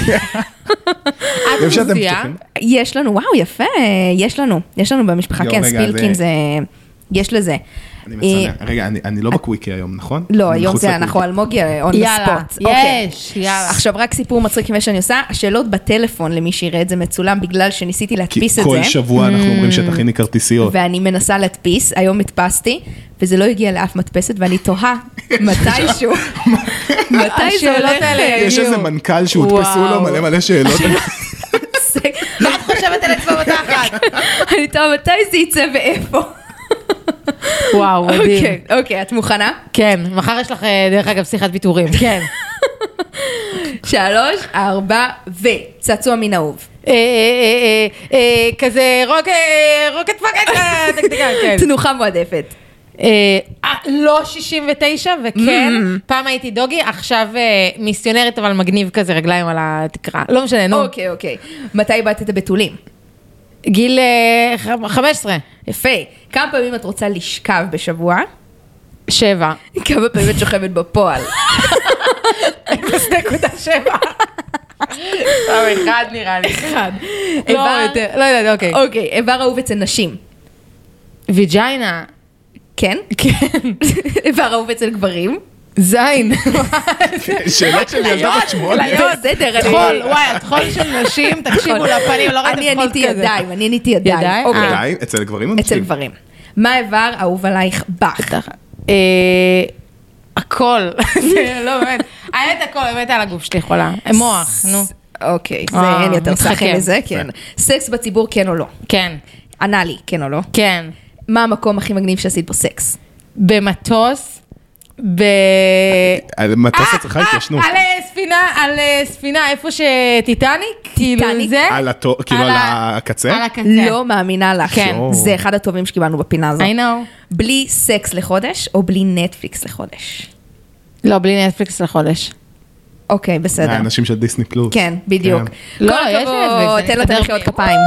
את מוציאה? יש לנו, וואו, יפה. יש לנו במשפחה, כן, ספילקין זה... יש לזה. אני מצנע. רגע, אני לא בקוויקי היום, נכון? לא, היום זה אנחנו אלמוגי on the spot. יאללה. עכשיו רק סיפור מצחיק ממה שאני עושה, השאלות בטלפון למי שיראה את זה מצולם, בגלל שניסיתי להדפיס את זה. כל שבוע אנחנו אומרים שתכיני כרטיסיות. ואני מנסה להדפיס, היום הדפסתי, וזה לא הגיע לאף מדפסת, ואני תוהה מתישהו. השאלות האלה יגיעו. יש איזה מנכ"ל שהודפסו לו מלא שאלות. מה את חושבת על אצבע בתחת? אני תוהה מתי זה יצא ואיפה. וואו, מדהים. אוקיי, את מוכנה? כן, מחר יש לך דרך אגב שיחת ויתורים. כן. 3, 4, וצעצוע מן אהוב. כזה רוקט פאקט. תנוחה מועדפת. לא 69, וכן, פעם הייתי דוגי, עכשיו מיסיונרית אבל מגניב כזה, רגליים על התקרה. לא משנה, נו. אוקיי. מתי איבדת את הבתולים? גיל 15. יפה. כמה פעמים את רוצה לשכב בשבוע? 7. כמה פעמים את שוכבת בפועל? 0.7. טוב, אחד נראה לי. אחד. לא יודעת, אוקיי. אוקיי, איבר אהוב אצל נשים. ויג'יינה. כן? כן. איבר אהוב אצל גברים. זין. שאלות של ילדה בת 8. בסדר. תחול, וואי, התחול של נשים, תקשיבו לפנים, לא ראיתם תחול כזה. אני עניתי ידיים. ידיים? אצל גברים או נשים? אצל גברים. מה איבר אהוב עלייך בך? הכל. לא, באמת. האמת הכל, באמת על הגוף שלי חולה. מוח, נו. אוקיי, זה אין יותר שחי לזה, כן. סקס בציבור, כן או לא? כן. ענה לי, כן או לא? כן. מה המקום הכי מגניב שעשית בו סקס? במטוס. על מטוס אצלך התיישנות. על ספינה, איפה שטיטניק, כאילו זה. כאילו על הקצה? על הקצה. לא מאמינה לך. כן. זה אחד הטובים שקיבלנו בפינה הזאת. I know. בלי סקס לחודש, או בלי נטפליקס לחודש? לא, בלי נטפליקס לחודש. אוקיי, בסדר. האנשים של דיסני פלוס. כן, בדיוק. לא, יש נטפליקס. תן לו את המחיאות כפיים.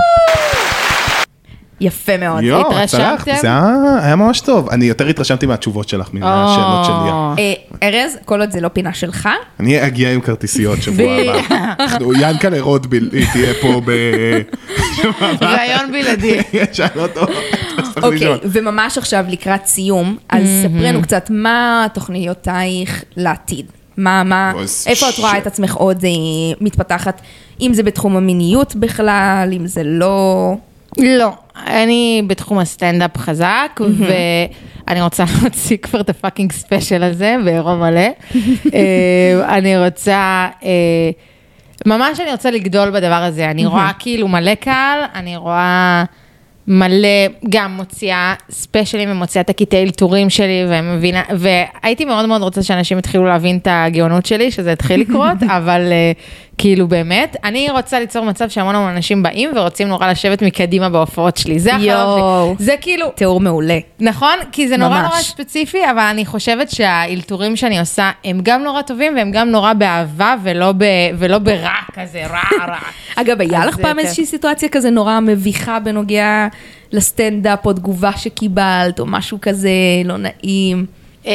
יפה מאוד. התרשמתם? זה היה ממש טוב. אני יותר התרשמתי מהתשובות שלך, מהשאלות שלי. ארז, כל עוד זה לא פינה שלך. אני אגיע עם כרטיסיות שבוע הבא. ינקלה רוטביל, היא תהיה פה רעיון בלעדי. שאלה טוב. אוקיי, וממש עכשיו לקראת סיום, אז ספרנו קצת מה תוכניותייך לעתיד. איפה את רואה את עצמך עוד מתפתחת, אם זה בתחום המיניות בכלל, אם זה לא... לא, אני בתחום הסטנדאפ חזק, ואני רוצה להוציא כבר את הפאקינג ספיישל הזה, בעירום מלא. אני רוצה ממש אני רוצה לגדול בדבר הזה, אני רואה כאילו מלא קהל, אני רואה מלא, גם מוציאה ספיישלים ומוציאה את הקטעי אלתורים שלי, והייתי מאוד מאוד רוצה שאנשים יתחילו להבין את הגאונות שלי, שזה התחיל לקרות, אבל כאילו באמת, אני רוצה ליצור מצב שהמון המון אנשים באים ורוצים נורא לשבת מקדימה בהופעות שלי, זה החלום שלי, זה כאילו... תיאור מעולה. נכון? כי זה נורא נורא ספציפי, אבל אני חושבת שהאלתורים שאני עושה, הם גם נורא טובים, והם גם נורא באהבה, ולא ברע כזה, רע. אגב, היה לך פעם איזושהי סיטואציה כזה נורא מביכה בנוגע לסטנדאפ, או תגובה שקיבלת, או משהו כזה לא נעים?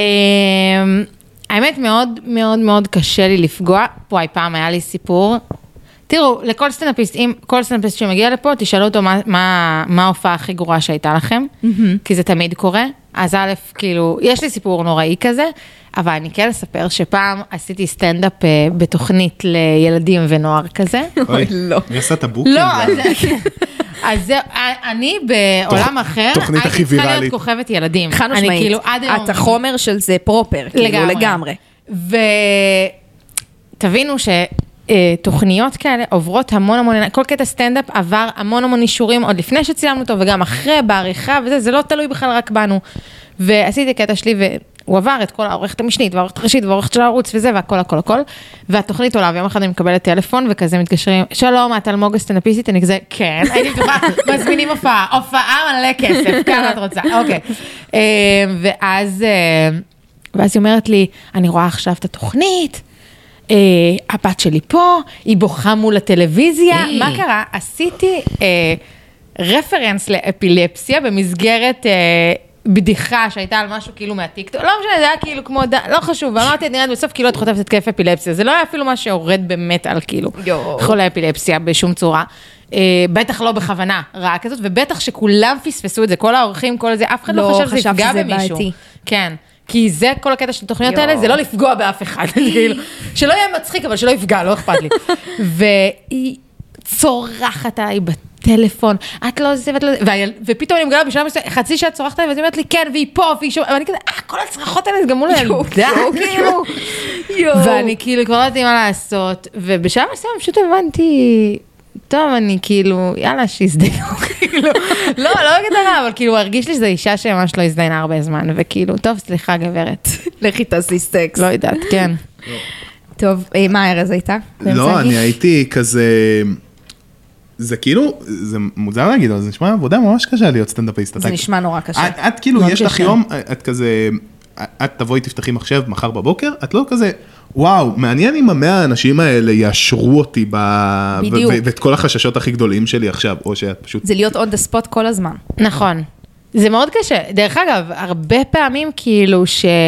האמת מאוד מאוד מאוד קשה לי לפגוע. וואי, פעם היה לי סיפור. תראו, לכל סטנדאפיסט, אם כל סטנדאפיסט שמגיע לפה, תשאלו אותו מה ההופעה הכי גרועה שהייתה לכם, כי זה תמיד קורה. אז א', כאילו, יש לי סיפור נוראי כזה, אבל אני כן אספר שפעם עשיתי סטנדאפ בתוכנית לילדים ונוער כזה. אוי, לא. מי עשה את הבוקינג? לא, אז אני בעולם אחר, הייתי צריכה להיות כוכבת ילדים. חד משמעית, את החומר של זה פרופר, כאילו לגמרי. ותבינו שתוכניות כאלה עוברות המון המון, כל קטע סטנדאפ עבר המון המון אישורים, עוד לפני שצילמנו אותו, וגם אחרי, בעריכה וזה, זה לא תלוי בכלל רק בנו. ועשיתי קטע שלי, והוא עבר את כל העורכת המשנית, והעורכת הראשית, והעורכת של הערוץ וזה, והכל, והתוכנית עולה, ויום אחד אני מקבלת טלפון, וכזה מתקשרים, שלום, את אלמוג הסטנדאפיסטית, אני כזה, כן, הייתי בטוחה, מזמינים הופעה מלא כסף, כמה את רוצה, אוקיי. ואז היא אומרת לי, אני רואה עכשיו את התוכנית, הבת שלי פה, היא בוכה מול הטלוויזיה, מה קרה? עשיתי רפרנס לאפילפסיה במסגרת בדיחה שהייתה על משהו כאילו מהטיקטוק, לא משנה, זה היה כאילו כמו, לא חשוב, ואמרתי, נראית בסוף כאילו את חוטפת את כיף אפילפסיה, זה לא היה אפילו מה שיורד באמת על כאילו חולה אפילפסיה בשום צורה, בטח לא בכוונה רעה כזאת, ובטח שכולם פספסו את זה, כל האורחים, כל זה, אף אחד לא חשב שזה יפגע במישהו. כן. כי זה כל הקטע של התוכניות האלה, זה לא לפגוע באף אחד, שלא יהיה מצחיק, אבל שלא יפגע, לא אכפת לי. והיא צורחת עליי בטלפון, את לא זה, ופתאום אני מגלה בשלב מסוים, חצי שאת צורחת עליי, ואתה אומרת לי, כן, והיא פה, והיא שומעת, ואני כזה, כל הצרחות האלה, גם מול הילדה, כאילו. ואני כאילו כבר לא יודעת מה לעשות, ובשלב מסוים פשוט הבנתי, טוב, אני כאילו, יאללה, שיזדיינו, כאילו, לא אגיד הרע, אבל כאילו, הרגיש לי שזו אישה שממש לא הזדיינה הרבה זמן, וכאילו, טוב, סליחה, גברת. לכי תעשי סטקס. לא יודעת, כן. טוב, מה ארז הייתה? לא, אני הייתי כזה, זה כאילו, זה מוזר להגיד, אבל זה נשמע עבודה ממש קשה להיות סטנדאפיסט. זה נשמע נורא קשה. את כאילו, יש לך יום, את כזה, את תבואי, תפתחי מחשב מחר בבוקר, את לא כזה, וואו, מעניין אם 100 האנשים האלה יאשרו אותי ואת כל החששות הכי גדולים שלי עכשיו, או שאת פשוט... זה להיות on the spot כל הזמן. נכון. זה מאוד קשה. דרך אגב, הרבה פעמים כאילו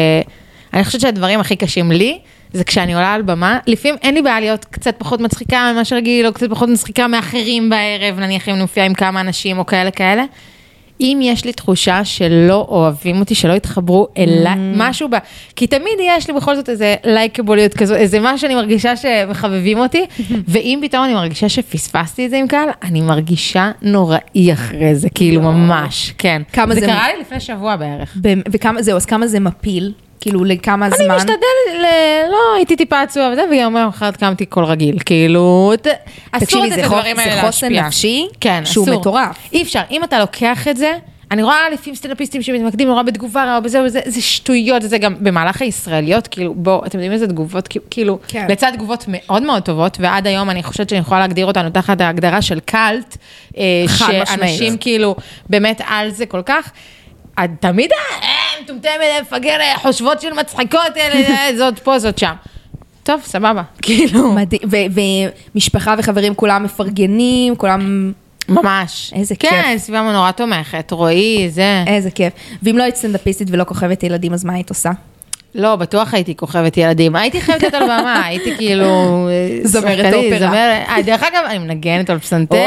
אני חושבת שהדברים הכי קשים לי, זה כשאני עולה על במה, לפעמים אין לי בעיה להיות קצת פחות מצחיקה ממה שרגיל, או קצת פחות מצחיקה מאחרים בערב, נניח אם נופיע עם כמה אנשים או כאלה. אם יש לי תחושה שלא אוהבים אותי, שלא יתחברו אליי, משהו כי תמיד יש לי בכל זאת איזה לייקבוליות כזו, איזה משהו שאני מרגישה שמחבבים אותי, ואם פתאום אני מרגישה שפספסתי את זה עם קהל, אני מרגישה נוראי אחרי זה, כאילו ממש, כן. זה קרה לי לפני שבוע בערך. אז כמה זה מפיל? כאילו לכמה זמן? אני משתדל, לא, הייתי טיפה עצובה וזה, וגם אחרת קמתי כל רגיל, כאילו, אסור את הדברים האלה להשפיע. זה חוסן נפשי? כן, שהוא מטורף. אי אפשר, אם אתה לוקח את זה, אני רואה לפעמים סטנדאפיסטים שמתמקדים נורא בתגובה, או בזה וזה, זה שטויות, זה גם במהלך הישראליות, כאילו, בוא, אתם יודעים איזה תגובות, כאילו, לצד תגובות מאוד מאוד טובות, ועד היום אני חושבת שאני יכולה להגדיר אותנו תחת ההגדרה של קלט, שאנשים כאילו באמת על זה כל כך, תמיד מטומטמת, מפגר, חושבות של מצחיקות, זאת פה, זאת שם. טוב, סבבה, כאילו. ומשפחה וחברים כולם מפרגנים, כולם... ממש. איזה כיף. כן, סביבה נורא תומכת, רואי, זה. איזה כיף. ואם לא היית סטנדאפיסטית ולא כוכבת ילדים, אז מה היית עושה? לא, בטוח הייתי כוכבת ילדים. הייתי חייבת על במה, הייתי כאילו... זמרת אופרה. דרך אגב, אני מנגנת על פסנתר,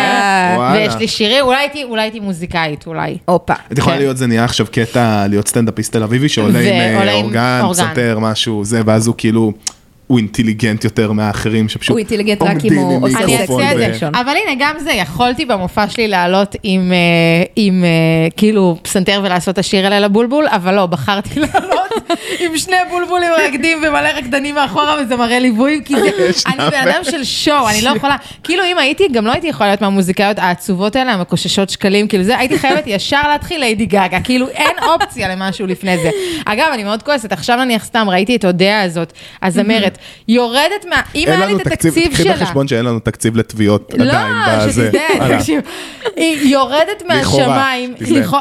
ויש לי שירים, אולי הייתי מוזיקאית, אולי. אופה. את יכולה להיות, זה נהיה עכשיו קטע להיות סטנדאפיסט תל אביבי, שעולה עם אורגן, פסנתר, משהו, זה, ואז הוא כאילו... הוא אינטליגנט יותר מהאחרים שפשוט... הוא אינטליגנט רק אם הוא עושה סטנדאפ. אבל הנה, גם זה, יכולתי במופע שלי לעלות עם כאילו פסנתר ולעשות השיר אלה לבולבול, אבל לא, בחרתי לעלות עם שני בולבולים רקדים ומלא רקדנים מאחורה, וזה מראה ליווי, כי אני בן אדם של שואו, אני לא יכולה, כאילו אם הייתי, גם לא הייתי יכולה להיות מהמוזיקאיות העצובות האלה, המקוששות שקלים, כאילו זה, הייתי חייבת ישר להתחיל ליידי גגה, כאילו אין אופציה למשהו לפני זה. אגב, אני מאוד כועסת, עכשיו נניח סתם, ראיתי את הודעה הזאת, הזמרת, יורדת מה, אם היה לי את התקציב שלה. קחי בחשבון שאין לנו תקציב לתביעות עדיין. לא, שתדע, תקשיב. היא יורדת מהשמיים,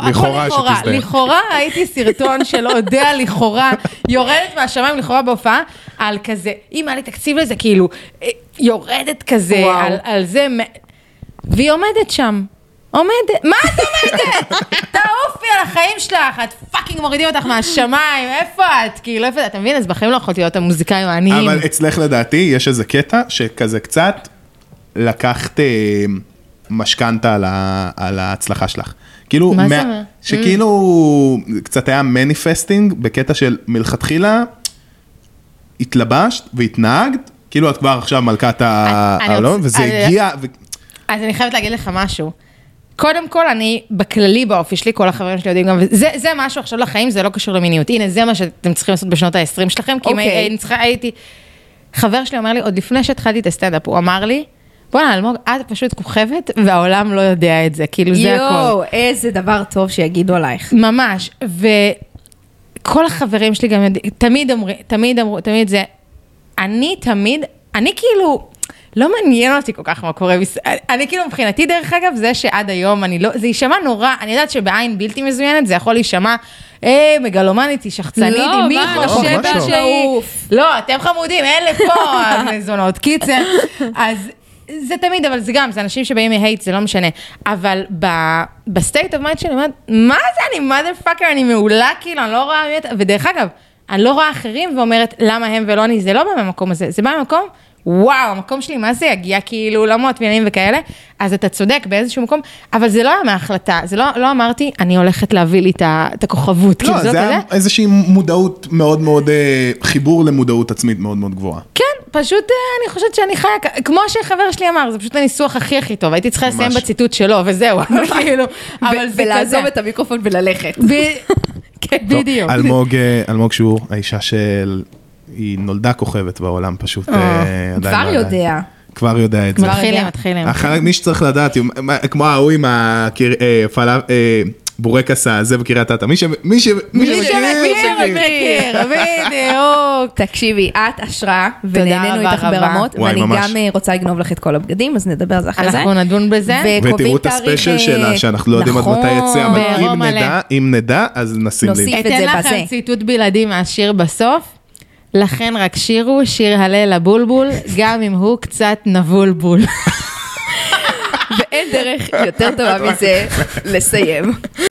לכאורה הייתי סרטון של הודעה לכאורה, יורדת מהשמיים לכאורה בהופעה, על כזה, אם היה לי תקציב לזה, כאילו, יורדת כזה, על זה, והיא עומדת שם. מה את עומדת? תעופי על החיים שלך, את פאקינג מורידים אותך מהשמיים, איפה את? כאילו, איפה את? אתה מבין? אז בכם לא יכולתי להיות המוזיקאים העניים. אבל אצלך לדעתי, יש איזה קטע שכזה קצת לקחת משכנתה על ההצלחה שלך. כאילו, מה זה אומר? שכאילו קצת היה מניפסטינג בקטע של מלכתחילה, התלבשת והתנהגת, כאילו את כבר עכשיו מלכת העולם, וזה הגיע... אז אני חייבת להגיד לך משהו. קודם כל, אני בכללי באופי שלי, כל החברים שלי יודעים גם, זה משהו עכשיו לחיים, זה לא קשור למיניות. הנה, זה מה שאתם צריכים לעשות בשנות ה-20 שלכם, כי אם הייתי... חבר שלי אומר לי, עוד לפני שהתחלתי את הסטנדאפ, הוא אמר לי, בוא'נה, אלמוג, את פשוט כוכבת, והעולם לא יודע את זה, כאילו זה הכל. יואו, איזה דבר טוב שיגידו עלייך. ממש, וכל החברים שלי גם יודעים, תמיד אמרו, תמיד זה, אני כאילו, לא מעניין אותי כל כך מה קורה, אני כאילו מבחינתי דרך אגב, זה שעד היום אני לא, זה יישמע נורא, אני יודעת שבעין בלתי מזוינת, זה יכול להישמע, מגלומנית, היא שחצנית, לא, מי חושבת שהיא, לא, אתם חמודים, אין לפה מזונות, קיצר, אז זה תמיד, אבל זה גם, זה אנשים שבאים מהייט, זה לא משנה, אבל בסטייט אוף מייד שלי, מה זה אני, motherfucker, אני מעולה, כאילו, אני לא רואה, ודרך אגב, אני לא רואה אחרים ואומרת, למה הם ולא אני, זה לא בא מהמקום הזה, זה בא מהמקום, וואו, המקום שלי, מה זה יגיע, כאילו, עולמות ועניינים וכאלה, אז אתה צודק באיזשהו מקום, אבל זה לא היה מההחלטה, זה לא אמרתי, אני הולכת להביא לי את הכוכבות, לא, זה היה איזושהי מודעות מאוד מאוד, חיבור למודעות עצמית מאוד מאוד גבוהה. כן, פשוט אני חושבת שאני חיה, כמו שחבר שלי אמר, זה פשוט הניסוח הכי טוב, הייתי צריכה לסיים בציטוט שלו, וזהו, כאילו, אבל זה כזה. ולעזוב את המיקרופון וללכת. בדיוק. אלמוג שהוא האישה של... היא נולדה כוכבת בעולם פשוט. כבר יודע. כבר יודע את זה. מתחילים. מי שצריך לדעת, כמו ההוא עם בורקס הזה בקריית אתא. מי שמכיר, בדיוק. תקשיבי, את השראה, ונהנינו איתך ברמות, ואני גם רוצה לגנוב לך את כל הבגדים, אז נדבר על זה אחרי זה. אנחנו נדון בזה. ותראו את הספיישל שלה, שאנחנו לא יודעים עד מתי יצא, אבל אם נדע, אז נשים לי. אתן לכם ציטוט בלעדי מהשיר בסוף. לכן רק שירו, שיר הלל לבולבול, גם אם הוא קצת נבולבול. ואין דרך יותר טובה מזה לסיים.